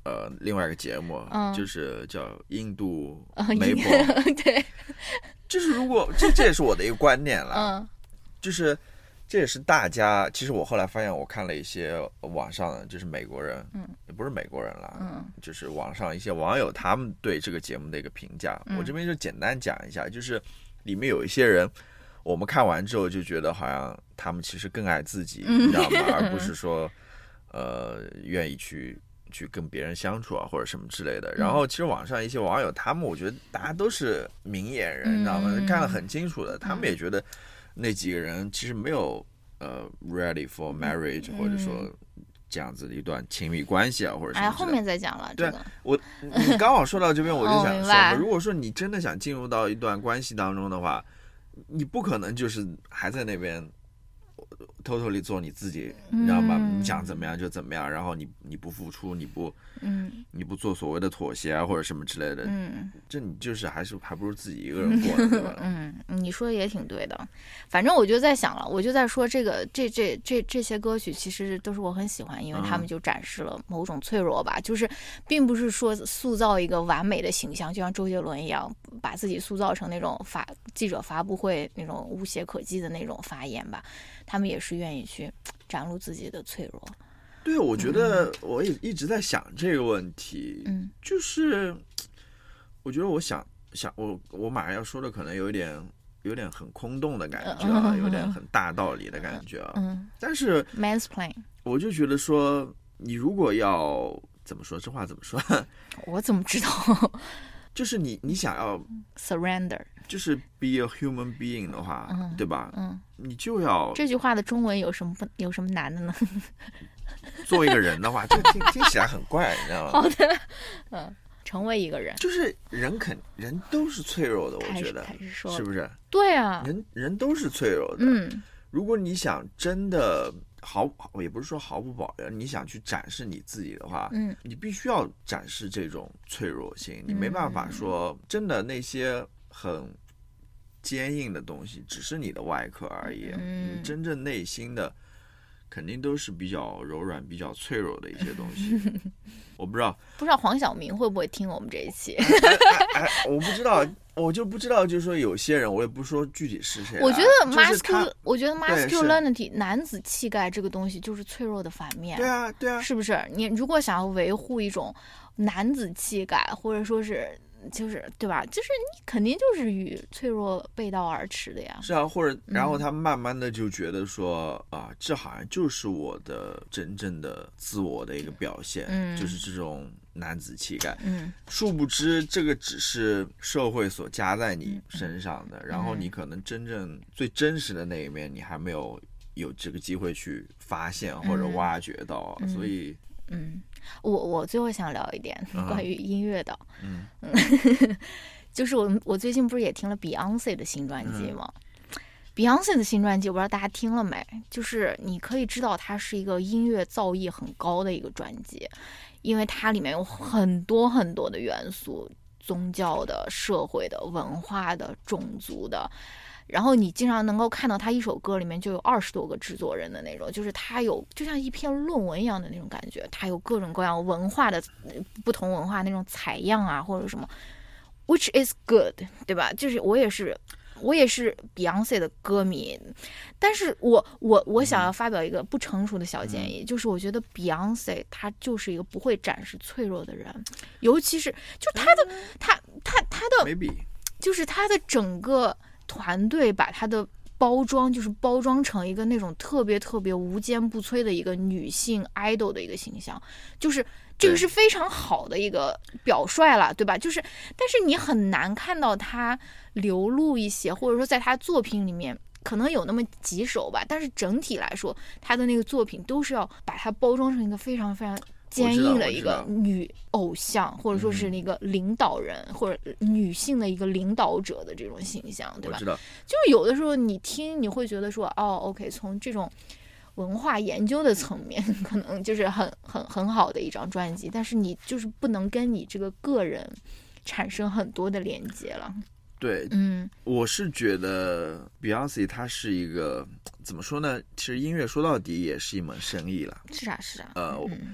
呃另外一个节目， 嗯、 就是叫印度嗯、 媒婆， 对， 就是如果这这也是我的一个观念了， 嗯， 就是这也是大家，其实我后来发现，我看了一些网上的，就是美国人， 嗯， 也不是美国人啦， 嗯， 就是网上一些网友他们对这个节目的一个评价， 嗯、 我这边就简单讲一下，就是里面有一些人。我们看完之后就觉得好像他们其实更爱自己， 嗯、 你知道吗？而不是说，呃，愿意去去跟别人相处啊，或者什么之类的。然后其实网上一些网友，他们我觉得大家都是明眼人，你知道吗？ 嗯、 看得很清楚的，他们也觉得那几个人其实没有呃 ready for marriage，、嗯、或者说这样子的一段亲密关系啊，或者什么。 哎，后面再讲了。 对、 这个、 我，你刚好说到这边，我就想说， 哦、 如果说你真的想进入到一段关系当中的话。你不可能就是还在那边偷偷地做你自己，你知道吗？ 嗯、 你想怎么样就怎么样，然后你你不付出，你不， 嗯， 你不做所谓的妥协啊或者什么之类的， 嗯， 这你就是还是还不如自己一个人过呢，对吧？ 嗯，你说的也挺对的。反正我就在想了，我就在说这个这这这这些歌曲其实都是我很喜欢，因为他们就展示了某种脆弱吧，嗯、就是并不是说塑造一个完美的形象，就像周杰伦一样，把自己塑造成那种发记者发布会那种无懈可击的那种发言吧。他们也是愿意去展露自己的脆弱。 对，我觉得我也一直在想这个问题， 嗯， 就是我觉得我想想我我马上要说的可能有一点有点很空洞的感觉啊，有点很大道理的感觉啊， 嗯， 但是 mansplain， 我就觉得说你如果要怎么说这话怎么说？ 我怎么知道？ 就是你你想要 surrender， 就是 be a human being 的话， 嗯、 对吧？ 嗯， 你就要这句话的中文有什么不有什么难的呢？ 做一个人的话，这听听起来很怪，你知道吗？ 好的，嗯，成为一个人， 就是人肯人都是脆弱的，我觉得是是不是？ 对啊， 人人都是脆弱的。 嗯， 如果你想真的毫也不是说毫不保留，你想去展示你自己的话， 嗯， 你必须要展示这种脆弱性，你没办法说真的那些很坚硬的东西只是你的外壳而已， 嗯， 你真正内心的肯定都是比较柔软、比较脆弱的一些东西。我不知道， 不知道黄晓明会不会听我们这一期？ 哎哎哎、我不知道，我就不知道，就是说有些人，我也不说具体是谁、啊。 我觉得 masculine，、 就是、我觉得 masculinity 男子气概这个东西就是脆弱的反面。 对啊，对啊， 是不是？你如果想要维护一种男子气概，或者说是。就是对吧？就是你肯定就是与脆弱背道而驰的呀。 是啊，或者然后他慢慢的就觉得说、嗯、啊，这好像就是我的真正的自我的一个表现， 嗯， 就是这种男子气概。 嗯， 殊不知这个只是社会所加在你身上的， 嗯、 然后你可能真正最真实的那一面，你还没有有这个机会去发现或者挖掘到， 嗯、 所以。 嗯，我我最后想聊一点关于音乐的， 嗯， 就是我我最近不是也听了 Beyonce 的新专辑吗、嗯、？Beyonce 的新专辑我不知道大家听了没？就是你可以知道它是一个音乐造诣很高的一个专辑，因为它里面有很多很多的元素，宗教的、社会的、文化的、种族的。然后你经常能够看到他一首歌里面就有二十多个制作人的那种，就是他有就像一篇论文一样的那种感觉，他有各种各样文化的不同文化那种采样啊或者什么 ，which is good， 对吧？就是我也是我也是 Beyonce 的歌迷，但是我我我想要发表一个不成熟的小建议，嗯、就是我觉得 Beyonce 她就是一个不会展示脆弱的人，尤其是就她的她她她的 maybe 就是她的整个。团队把她的包装就是包装成一个那种特别特别无坚不摧的一个女性 idol 的一个形象，就是这个是非常好的一个表率了，对吧？就是但是你很难看到她流露一些，或者说在她作品里面可能有那么几首吧，但是整体来说她的那个作品都是要把它包装成一个非常非常坚硬的一个女偶像，或者说是那个领导人、嗯、或者女性的一个领导者的这种形象，对吧？ 我知道， 就是有的时候你听你会觉得说，哦 ，OK， 从这种文化研究的层面，可能就是很很很好的一张专辑，但是你就是不能跟你这个个人产生很多的连接了。 对， 嗯， 我是觉得 Beyonce 她是一个怎么说呢？其实音乐说到底也是一门生意了。 是啊，是啊， 呃。 嗯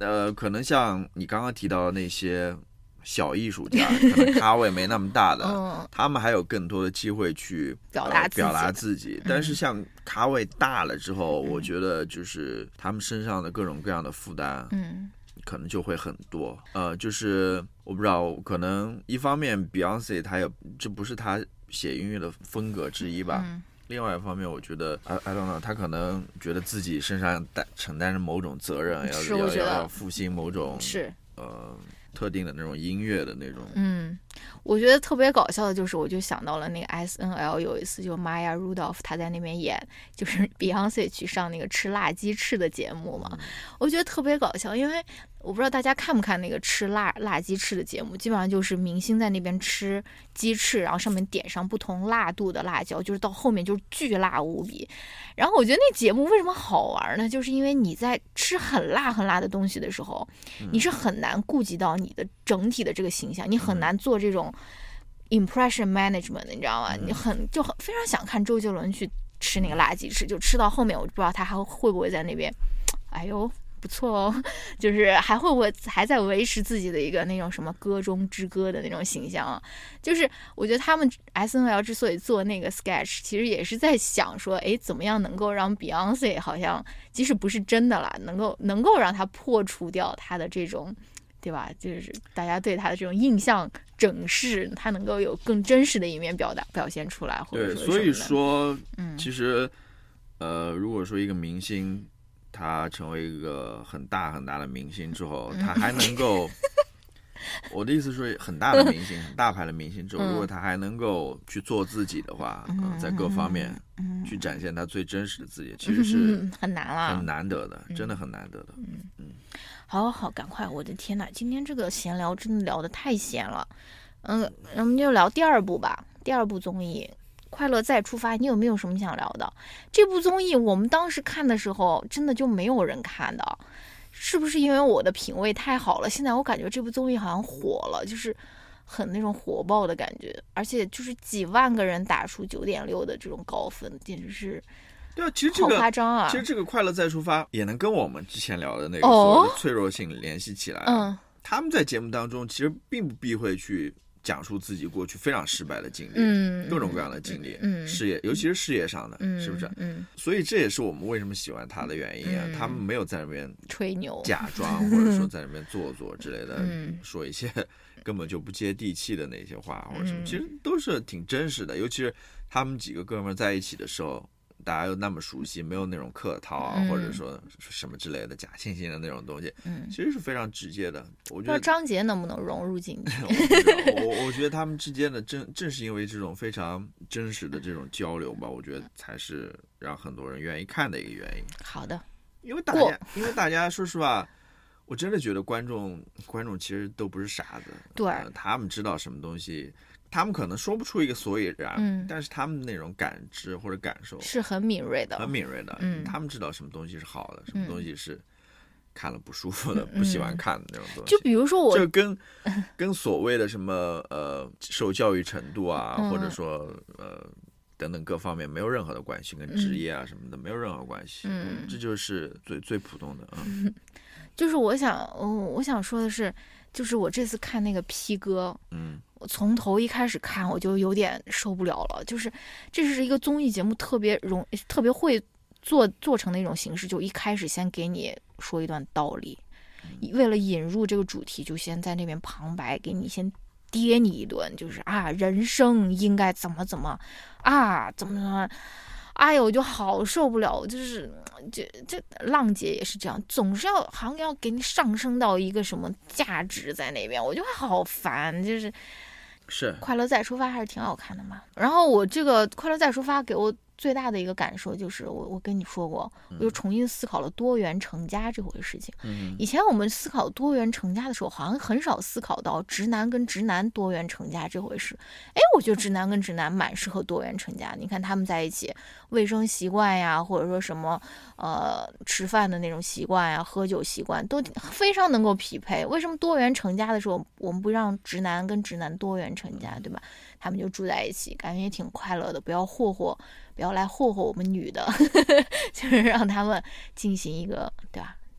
呃，可能像你刚刚提到的那些小艺术家，可能咖位没那么大的， 嗯、 他们还有更多的机会去表达、呃、 表达自己。但是像咖位大了之后，嗯、我觉得就是他们身上的各种各样的负担，嗯，可能就会很多。呃，就是我不知道，可能一方面 Beyonce 他也这不是他写音乐的风格之一吧。嗯，另外一方面，我觉得 I I don't know， 他可能觉得自己身上担承担着某种责任，要要要要复兴某种是呃特定的那种音乐的那种。 嗯，我觉得特别搞笑的就是，我就想到了那个 S N L 有一次，就 Maya Rudolph 她在那边演，就是 Beyonce 去上那个吃辣鸡翅的节目嘛，我觉得特别搞笑，因为我不知道大家看不看那个吃辣辣鸡翅的节目，基本上就是明星在那边吃鸡翅，然后上面点上不同辣度的辣椒，就是到后面就是巨辣无比。然后我觉得那节目为什么好玩呢？就是因为你在吃很辣很辣的东西的时候，你是很难顾及到你的整体的这个形象，你很难做这种 impression management， 你知道吗？你很就很非常想看周杰伦去吃那个辣鸡翅，就吃到后面我就不知道他还会不会在那边，哎呦。不错哦，就是还会不会还在维持自己的一个那种什么歌中之歌的那种形象啊？就是我觉得他们 S N L 之所以做那个 sketch， 其实也是在想说，哎，怎么样能够让 Beyonce 好像即使不是真的啦，能够能够让他破除掉他的这种，对吧？就是大家对他的这种印象整饰，他能够有更真实的一面表达表现出来，或者说对，所以说，嗯，其实，呃，如果说一个明星。他成为一个很大很大的明星之后，他还能够，我的意思是很大的明星、很大牌的明星之后，如果他还能够去做自己的话，嗯，在各方面去展现他最真实的自己，其实是很难了， 很难得的，真的很难得的。 嗯嗯，好好，赶快！我的天哪，今天这个闲聊真的聊得太闲了。嗯，我们就聊第二部吧，第二部综艺。快乐再出发，你有没有什么想聊的？这部综艺我们当时看的时候，真的就没有人看的，是不是因为我的品味太好了？现在我感觉这部综艺好像火了，就是很那种火爆的感觉，而且就是几万个人打出九点六的这种高分，简直是对啊，其实这个好夸张啊！ 其实这个快乐再出发也能跟我们之前聊的那个所谓的脆弱性联系起来。 嗯， 他们在节目当中其实并不避讳去。讲述自己过去非常失败的经历， 嗯， 各种各样的经历， 嗯， 事业，尤其是事业上的， 嗯， 是不是？ 嗯， 所以这也是我们为什么喜欢他的原因啊。嗯、他们没有在那边吹牛、 假装，或者说在那边做作之类的，嗯、说一些根本就不接地气的那些话或者什么，嗯、其实都是挺真实的。尤其是他们几个哥们在一起的时候。大家又那么熟悉，没有那种客套啊，嗯、或者说什么之类的假惺惺的那种东西，嗯，其实是非常直接的。我觉得张杰能不能融入进去？ 我我觉得他们之间的正正是因为这种非常真实的这种交流吧，我觉得才是让很多人愿意看的一个原因。 好的， 因为大家，因为大家说实话，我真的觉得观众观众其实都不是傻子， 对、 呃，他们知道什么东西。他们可能说不出一个所以然， 嗯， 但是他们那种感知或者感受是很敏锐的， 很敏锐的。 嗯， 他们知道什么东西是好的，什么东西是看了不舒服的、嗯、不喜欢看的那种东西。 就比如说我， 这跟跟所谓的什么呃受教育程度啊， 嗯、 或者说呃等等各方面没有任何的关系，跟职业啊什么的、嗯、没有任何关系。 嗯， 这就是最最普通的啊。 嗯，就是我想，嗯，我想说的是。就是我这次看那个 P 哥， 嗯， 我从头一开始看我就有点受不了了。就是这是一个综艺节目，特别容特别会做做成的一种形式，就一开始先给你说一段道理，为了引入这个主题，就先在那边旁白给你先跌你一顿，就是啊，人生应该怎么怎么啊，怎么怎么。哎呦，我就好受不了，就是这这浪姐也是这样，总是要好像要给你上升到一个什么价值在那边，我就好烦。就是是快乐再出发还是挺好看的嘛。然后我这个快乐再出发给我最大的一个感受就是，我我跟你说过，我就重新思考了多元成家这回事情。 嗯， 以前我们思考多元成家的时候，好像很少思考到直男跟直男多元成家这回事。哎，我觉得直男跟直男蛮适合多元成家。你看他们在一起，卫生习惯呀，或者说什么呃吃饭的那种习惯呀，喝酒习惯都非常能够匹配。为什么多元成家的时候，我们不让直男跟直男多元成家，对吧？他们就住在一起，感觉也挺快乐的，不要霍霍。不要来霍霍我们女的，就是让他们进行一个对吧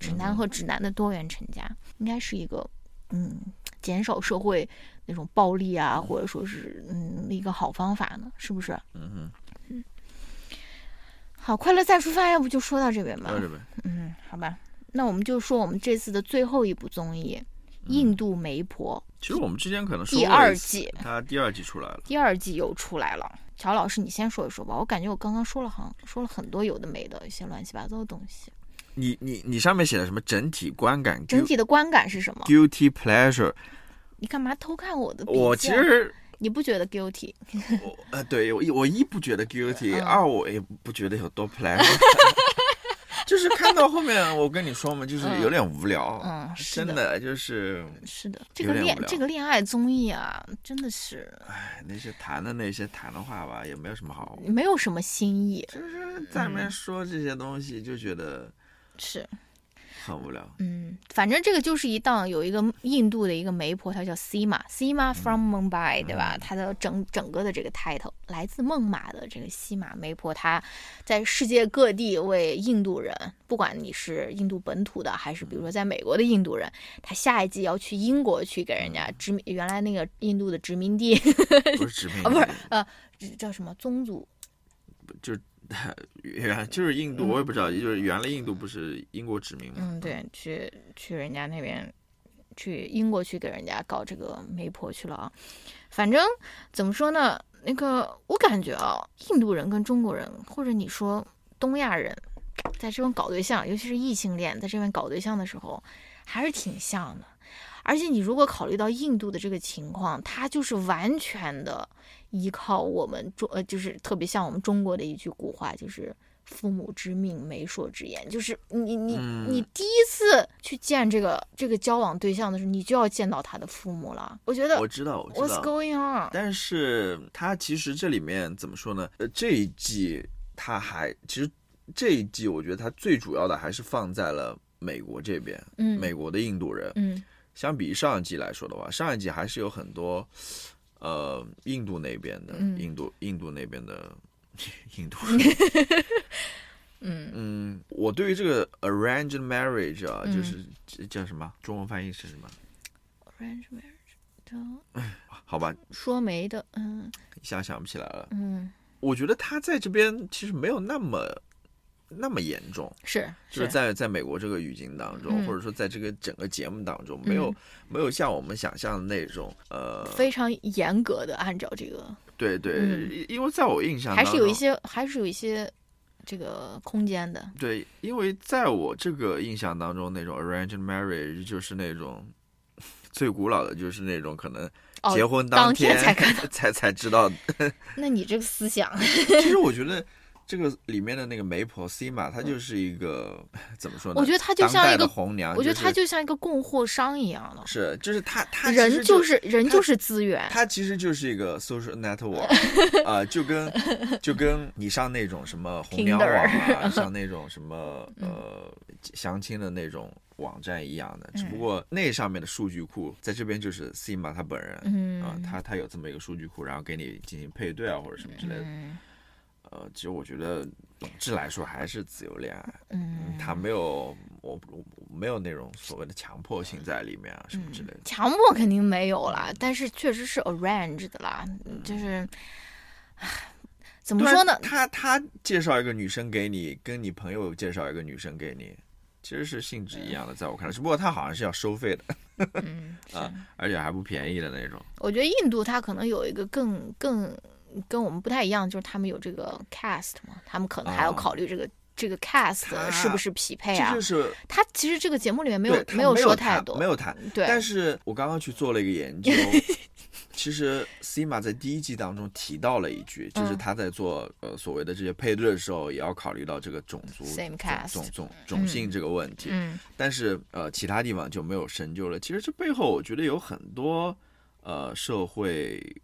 直男和直男的多元成家，应该是一个嗯减少社会那种暴力啊，或者说是嗯一个好方法呢，是不是？ 嗯嗯。好，快乐再出发，要不就说到这边吧。 到这边。 嗯，好吧，那我们就说我们这次的最后一部综艺《印度媒婆》。 其实我们之前可能说第二季， 它第二季出来了， 第二季又出来了。乔老师，你先说一说吧。我感觉我刚刚说了好像说了很多有的没的一些乱七八糟的东西。 你你你上面写的什么整体观感？ 整体的观感是什么 ？Guilty pleasure。 你干嘛偷看我的笔记？ 我其实你不觉得 guilty？ 我呃，对我一我一不觉得 guilty，、嗯、二我也不觉得有多 pleasure。就是看到后面，我跟你说嘛，就是有点无聊， 嗯，嗯真的就是是的，这个恋这个恋爱综艺啊，真的是， 哎，那些谈的那些谈的话吧，也没有什么好， 没有什么新意， 就是在那边说这些东西，就觉得是。 很无聊。 嗯，反正这个就是一档有一个印度的一个媒婆，她叫 Seema，Seema from Mumbai，、嗯、对吧？她的整整个的这个 title 来自孟买的这个西马媒婆，她在世界各地为印度人，不管你是印度本土的，还是比如说在美国的印度人，她下一季要去英国去给人家殖民，原来那个印度的殖民地， 不是殖民地， 啊，不是呃，叫什么宗族， 就。原就是印度，我也不知道，就是原来印度不是英国殖民吗？ 嗯，对，去去人家那边，去英国去给人家搞这个媒婆去了啊。反正怎么说呢，那个我感觉啊，印度人跟中国人，或者你说东亚人，在这边搞对象，尤其是异性恋，在这边搞对象的时候，还是挺像的。而且你如果考虑到印度的这个情况，它就是完全的依靠我们中呃，就是特别像我们中国的一句古话，就是父母之命，媒妁之言。就是你你你第一次去见这个这个交往对象的时候，你就要见到他的父母了。我觉得我知道，我知道 What's going on？ 但是他其实这里面怎么说呢？呃，这一季他还其实这一季我觉得他最主要的还是放在了美国这边， 嗯， 美国的印度人， 嗯。 相比上一季来说的话，上一季还是有很多，呃，印度那边的， 嗯、 印度印度那边的印度人，嗯嗯，我对于这个 arranged marriage 啊，嗯、就是叫什么？中文翻译是什么 ？arranged marriage 的，好吧， 说媒的，嗯， 一下想不起来了， 嗯， 我觉得他在这边其实没有那么。那么严重是， 就是在在美国这个语境当中、嗯，或者说在这个整个节目当中，没有、嗯、没有像我们想象的那种呃非常严格的按照这个， 对对、 嗯， 因为在我印象当中还是有一些还是有一些这个空间的。 对，因为在我这个印象当中，那种 arranged marriage 就是那种最古老的，就是那种可能结婚当天、 哦、当天才才才知道。 那你这个思想， 其实我觉得。这个里面的那个媒婆 Seema， 她就是一个、嗯、怎么说呢？ 我觉得她就像一个红娘， 我觉得她就像一个供货商一样的。 是，就是她，她人就是人就是资源， 她其实就是一个 social network， 啊、呃，就跟就跟你上那种什么红娘网啊，上那种什么呃相亲的那种网站一样的，只不过那上面的数据库在这边就是 Seema 她本人， 嗯啊、呃，她她有这么一个数据库，然后给你进行配对啊或者什么之类的。 嗯呃，其实我觉得总之来说还是自由恋爱， 嗯， 他没有我没有那种所谓的强迫性在里面啊什么之类的。 嗯、强迫肯定没有啦，但是确实是 arranged 的啦，嗯、就是，怎么说呢？ 他他介绍一个女生给你，跟你朋友介绍一个女生给你，其实是性质一样的，在我看来，只不过他好像是要收费的， 嗯啊，而且还不便宜的那种。 我觉得印度它可能有一个更更。跟我们不太一样，就是他们有这个 cast 嘛，他们可能还要考虑这个、哦、这个 cast 是不是匹配啊？ 这就是他其实这个节目里面没有没有说太多， 没有谈。 对， 但是我刚刚去做了一个研究，其实 Seema 在第一季当中提到了一句，就是他在做、嗯、呃所谓的这些配对的时候，也要考虑到这个种族、 Same cast 种种种姓这个问题。 嗯， 但是呃其他地方就没有深究了。其实这背后我觉得有很多呃社会。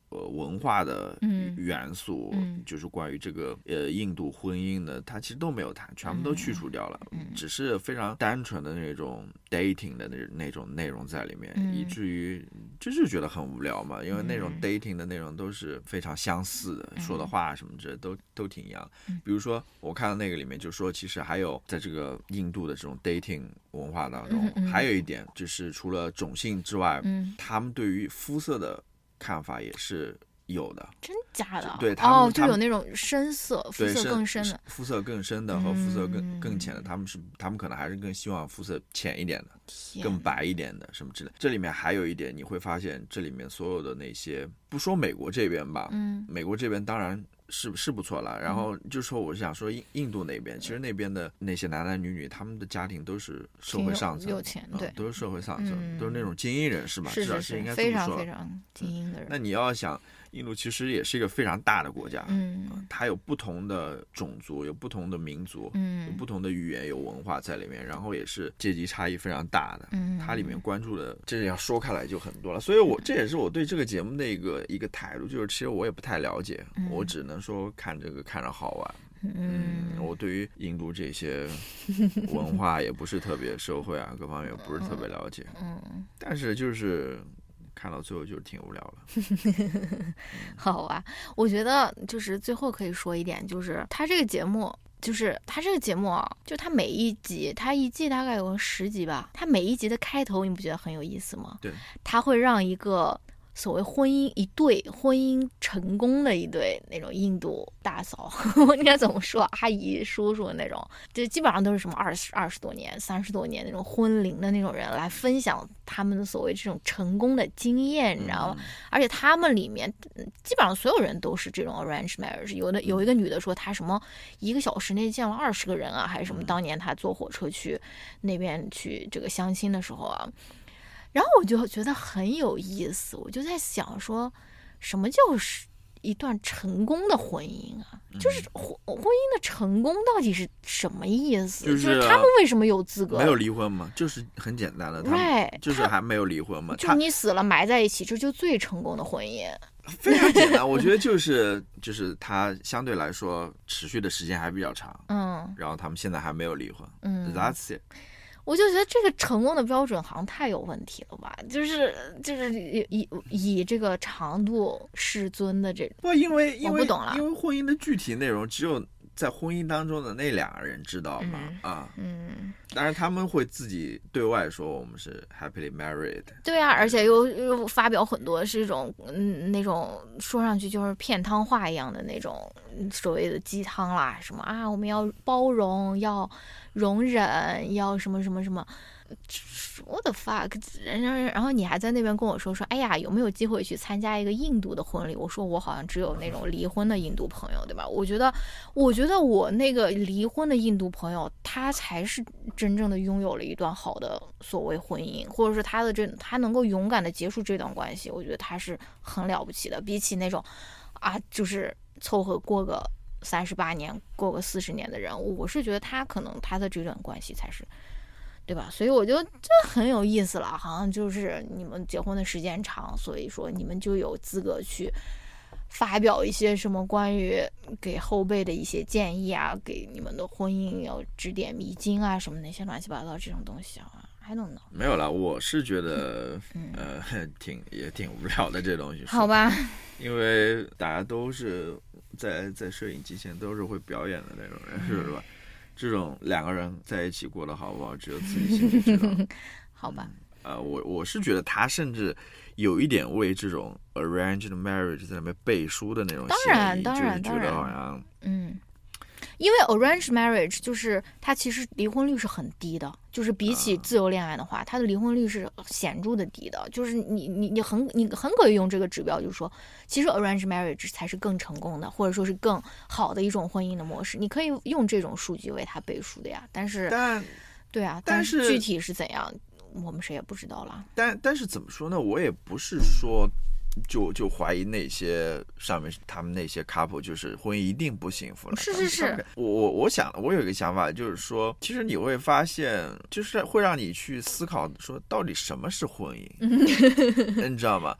呃文化的元素，嗯、就是关于这个呃印度婚姻的，它其实都没有谈，全部都去除掉了，嗯、只是非常单纯的那种 dating 的那那种内容在里面，嗯、以至于就是觉得很无聊嘛，因为那种 dating 的内容都是非常相似的，嗯、说的话什么之类都都挺一样。嗯、比如说我看到那个里面就说，其实还有在这个印度的这种 dating 文化当中，嗯、还有一点就是除了种姓之外，嗯、他们对于肤色的看法也是有的。 真假的？ 对， 哦，就有那种深色，肤色更深的， 肤色更深的和肤色更、嗯、更浅的，他们是他们可能还是更希望肤色浅一点的，更白一点的什么之类。这里面还有一点，你会发现这里面所有的那些，不说美国这边吧，嗯，美国这边当然是是不错了。然后就说我是想说印印度那边，其实那边的那些男男女女，他们的家庭都是社会上层， 有钱，对、 嗯，都是社会上层，嗯、都是那种精英人士嘛， 是是是应该非常非常精英的人。 嗯、那你要想，印度其实也是一个非常大的国家， 嗯， 呃、它有不同的种族，有不同的民族，嗯，有不同的语言，有文化在里面，然后也是阶级差异非常大的，嗯，它里面关注的这要说开来就很多了。所以我这也是我对这个节目的一个一个态度，就是其实我也不太了解，嗯、我只能说看这个看着好玩。嗯，我对于印度这些文化也不是特别，社会啊各方面也不是特别了解，嗯，但是就是看到最后就是挺无聊了。 好啊，我觉得就是最后可以说一点，就是他这个节目。就是他这个节目啊，就他每一集，他一季大概有十集吧。他每一集的开头，你不觉得很有意思吗？ 对， 他会让一个所谓婚姻一对婚姻成功的一对那种印度大嫂，我应该怎么说，阿姨叔叔那种，就基本上都是什么二十二十多年、三十多年那种婚龄的那种人来分享他们的所谓这种成功的经验，你知道吗？嗯、而且他们里面基本上所有人都是这种 arranged marriage， 有的有一个女的说她什么一个小时内见了二十个人啊，还是什么？当年她坐火车去那边去这个相亲的时候啊。然后我就觉得很有意思，我就在想说，什么就是一段成功的婚姻啊？嗯、就是婚婚姻的成功到底是什么意思？ 就是、 就是他们为什么有资格？ 没有离婚嘛，就是很简单的， 对， 就是还没有离婚嘛。 就你死了埋在一起，这就最成功的婚姻。 非常简单，我觉得就是就是他相对来说持续的时间还比较长，嗯，然后他们现在还没有离婚，嗯 ，That's it。 我就觉得这个成功的标准好像太有问题了吧，就是就是以以这个长度世尊的这种， 不因为因为我不懂了， 因为婚姻的具体内容只有在婚姻当中的那两个人知道嘛，嗯、啊，嗯，当然他们会自己对外说我们是 happily married， 对啊，而且又又发表很多是一种嗯那种说上去就是骗汤话一样的那种所谓的鸡汤啦，什么啊我们要包容要容忍要什么什么什么。What the fuck？ 然后然后你还在那边跟我说说，哎呀，有没有机会去参加一个印度的婚礼？我说我好像只有那种离婚的印度朋友，对吧？我觉得，我觉得我那个离婚的印度朋友，他才是真正的拥有了一段好的所谓婚姻，或者是他的这他能够勇敢的结束这段关系，我觉得他是很了不起的。比起那种啊，就是凑合过个三十八年、过个四十年的人，我是觉得他可能他的这段关系才是。对吧？所以我觉得这很有意思了，好像就是你们结婚的时间长，所以说你们就有资格去发表一些什么关于给后辈的一些建议啊，给你们的婚姻要指点迷津啊，什么那些乱七八糟这种东西啊。I don't know。 没有啦，我是觉得，嗯、呃，挺也挺无聊的这东西。 好吧。 因为大家都是在在摄影机前都是会表演的那种人，嗯、是吧？这种两个人在一起过得好不好，只有自己心里知道。 好吧。 嗯、呃，我我是觉得他甚至有一点为这种 arranged marriage 在那边背书的那种嫌疑， 当然，当然， 就是觉得好像嗯。因为 arranged marriage 就是它其实离婚率是很低的，就是比起自由恋爱的话，它的离婚率是显著的低的。就是你你你很你很可以用这个指标，就是说，其实 arranged marriage 才是更成功的，或者说是更好的一种婚姻的模式。你可以用这种数据为它背书的呀。但是， 但对啊，但是具体是怎样，我们谁也不知道了。 但但是怎么说呢？我也不是说。就就怀疑那些上面他们那些 couple 就是婚姻一定不幸福了。 是是是， 我我我想我有一个想法，就是说，其实你会发现，就是会让你去思考，说到底什么是婚姻，你知道吗？嗯，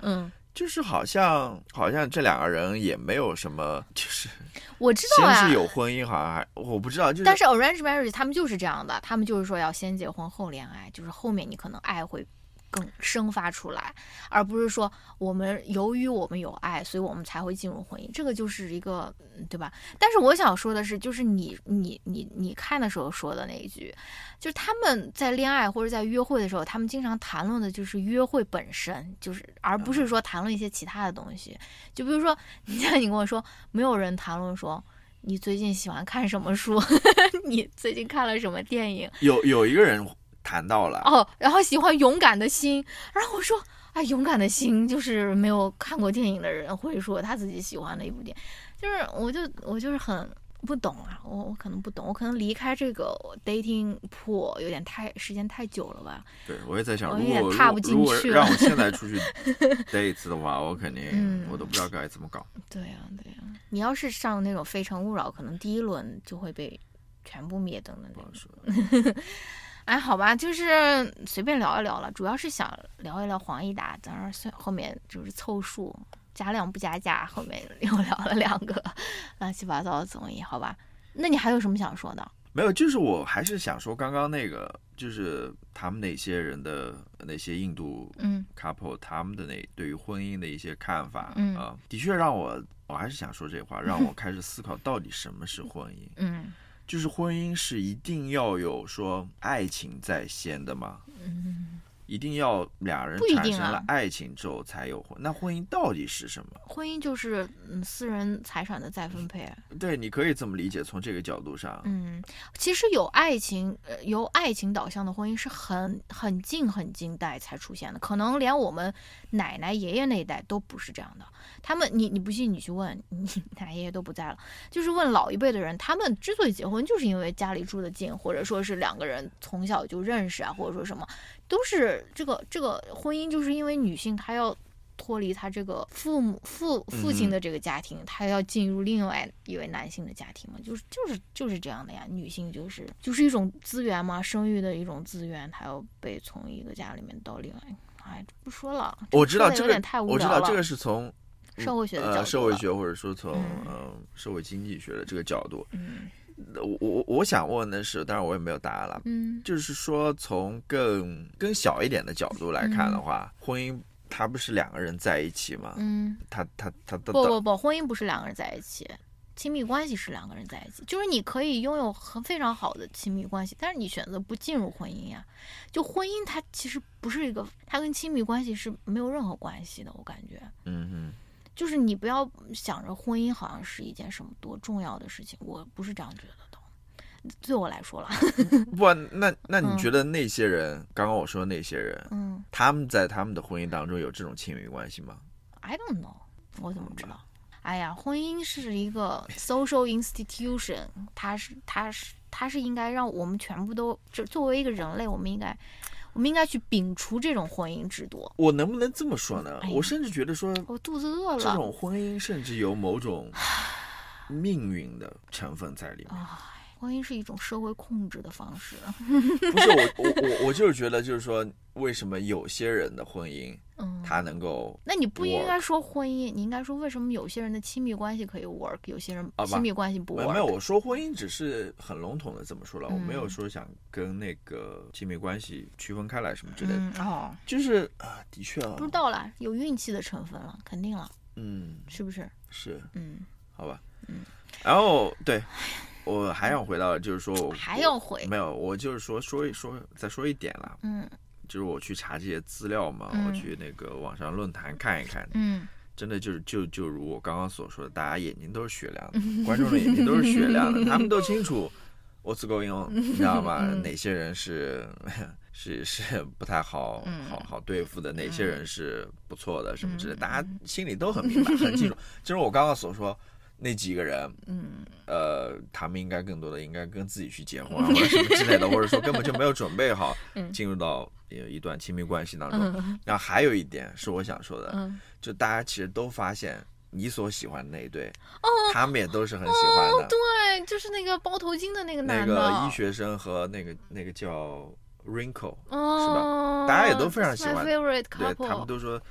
就是好像好像这两个人也没有什么，就是我知道呀， 先是有婚姻，好像还我不知道，就是但是 arrange marriage 他们就是这样的，他们就是说要先结婚后恋爱，就是后面你可能爱会更生发出来，而不是说我们由于我们有爱，所以我们才会进入婚姻，这个就是一个对吧？但是我想说的是，就是你你你你看的时候说的那一句，就是他们在恋爱或者在约会的时候，他们经常谈论的就是约会本身，就是而不是说谈论一些其他的东西。就比如说，你像你跟我说，没有人谈论说你最近喜欢看什么书，你最近看了什么电影。 有有一个人谈到了哦，然后喜欢勇敢的心，然后我说，哎，勇敢的心就是没有看过电影的人会说他自己喜欢的一部电影，就是我就我就是很不懂啊，我我可能不懂，我可能离开这个 dating pool 有点太时间太久了吧。 对，我也在想， 我如果也踏不进如果去了让我现在出去 date 一次的话，我肯定、 嗯、 我都不知道该怎么搞。 对呀、啊、对呀、啊，你要是上那种非诚勿扰，可能第一轮就会被全部灭灯的那种。哎，好吧，就是随便聊一聊了，主要是想聊一聊黄义达，当然后面就是凑数，加量不加价，后面又聊了两个乱七八糟的综艺，好吧？那你还有什么想说的？ 没有，就是我还是想说刚刚那个，就是他们那些人的那些印度 couple，、嗯、他们的那对于婚姻的一些看法，嗯啊、呃，的确让我，我还是想说这话，让我开始思考到底什么是婚姻，嗯。就是婚姻是一定要有说爱情在先的吗？嗯，一定要两人产生了爱情之后才有婚？那婚姻到底是什么？ 婚姻就是嗯私人财产的再分配。 对，你可以这么理解，从这个角度上。 嗯，其实有爱情，呃，由爱情导向的婚姻是很很近很近代才出现的，可能连我们奶奶爷爷那一代都不是这样的。他们，你你不信你去问，你奶爷爷都不在了，就是问老一辈的人，他们之所以结婚，就是因为家里住得近，或者说是两个人从小就认识啊，或者说什么，都是这个这个婚姻，就是因为女性她要脱离她这个父母父父亲的这个家庭，嗯、她要进入另外一位男性的家庭嘛，就是就是就是这样的呀。女性就是就是一种资源嘛，生育的一种资源，她要被从一个家里面到另外，哎，不说了， 我知道这个， 我知道这个是从。 社会学的角度、 呃，社会学或者说从、嗯、呃社会经济学的这个角度，嗯，我我我想问的是，当然我也没有答案了，嗯，就是说从更更小一点的角度来看的话，嗯、婚姻它不是两个人在一起吗？嗯，他他他不不不，婚姻不是两个人在一起，亲密关系是两个人在一起，就是你可以拥有很非常好的亲密关系，但是你选择不进入婚姻呀。就婚姻它其实不是一个，它跟亲密关系是没有任何关系的，我感觉，嗯哼。就是你不要想着婚姻好像是一件什么多重要的事情，我不是这样觉得的。对我来说了， 不，那那你觉得那些人，嗯、刚刚我说的那些人，嗯，他们在他们的婚姻当中有这种亲密关系吗 ？I don't know， 我怎么知道？哎呀，婚姻是一个 social institution， 它是它是它是应该让我们全部都，就作为一个人类，我们应该。我们应该去摒除这种婚姻制度。 我能不能这么说呢？哎、我甚至觉得说， 我肚子饿了。 这种婚姻甚至有某种命运的成分在里面。 婚姻是一种社会控制的方式。 不是我我我我就是觉得，就是说，为什么有些人的婚姻，嗯，他能够 work， 那你不应该说婚姻，你应该说为什么有些人的亲密关系可以 work， 有些人亲密关系不 work。 没有，我说婚姻只是很笼统的这么说了，嗯、我没有说想跟那个亲密关系区分开来什么之类的。嗯、哦，就是啊，的确啊， 不知道啦，有运气的成分了，肯定了。 嗯， 是不是？ 是， 嗯， 好吧，嗯，然后对。我还想回到，就是说， 还要回没有，我就是说说一说，再说一点啦。嗯，就是我去查这些资料嘛，嗯、我去那个网上论坛看一看。嗯，真的就是就就如我刚刚所说的，大家眼睛都是雪亮的，观众的眼睛都是雪亮的，他们都清楚 what's going on， 你知道吗？嗯、哪些人是是是不太好好好对付的，哪些人是不错的，什么之类的，大家心里都很明白，很清楚。就是我刚刚所说。那几个人，嗯，呃，他们应该更多的应该跟自己去结婚啊，或者什么之类的，或者说根本就没有准备好进入到一段亲密关系当中。嗯、然后还有一点是我想说的，嗯、就大家其实都发现你所喜欢的那一对，哦、他们也都是很喜欢的。 哦、对，就是那个包头巾的那个男的， 那个医学生和那个那个叫 Wrinkle，哦、是吧？大家也都非常喜欢，对，他们都说。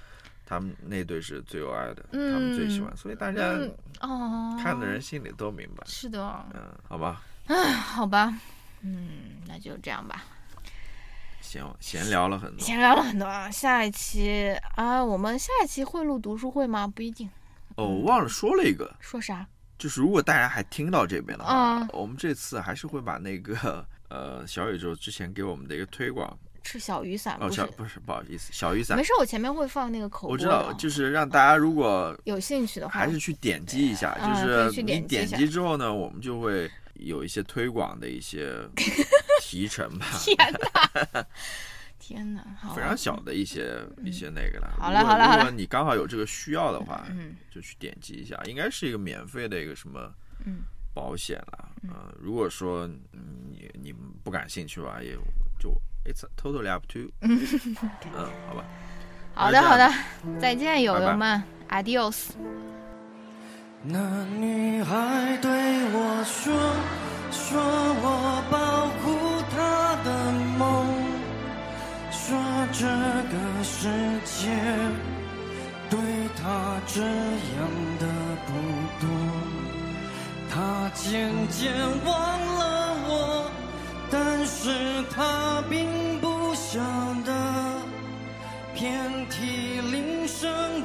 他们那对是最有爱的， 嗯、 他们最喜欢，所以大家哦， 看的人心里都明白。 是的， 嗯，好吧。 唉，好吧，嗯，那就这样吧。 闲闲聊了很多， 闲聊了很多啊。下一期啊，我们下一期会录读书会吗？不一定。 哦，我忘了说了一个。 说啥？ 就是如果大家还听到这边的话， 啊、 我们这次还是会把那个呃小宇宙之前给我们的一个推广。 是小雨伞， 哦，小不是，不好意思，小雨伞。 没事，我前面会放那个口播。 我知道，就是让大家如果有兴趣的话， 还是去点击一下。 嗯、 就是你点击之后呢，我们就会有一些推广的一些提成吧。 天哪！天哪，好， 非常小的一些、嗯、一些那个了。 好了好了好了， 如果你刚好有这个需要的话， 嗯， 就去点击一下，应该是一个免费的一个什么保险了。 嗯、 呃，如果说你你不感兴趣吧，也就 it's totally up to you 嗯。嗯，好吧。 好的好的，再见，友友们 ，adios。 那女孩对我说，说我保护她的梦。说这个世界对他这样的不多，他渐渐忘了我，但是他并不晓得，遍体鳞伤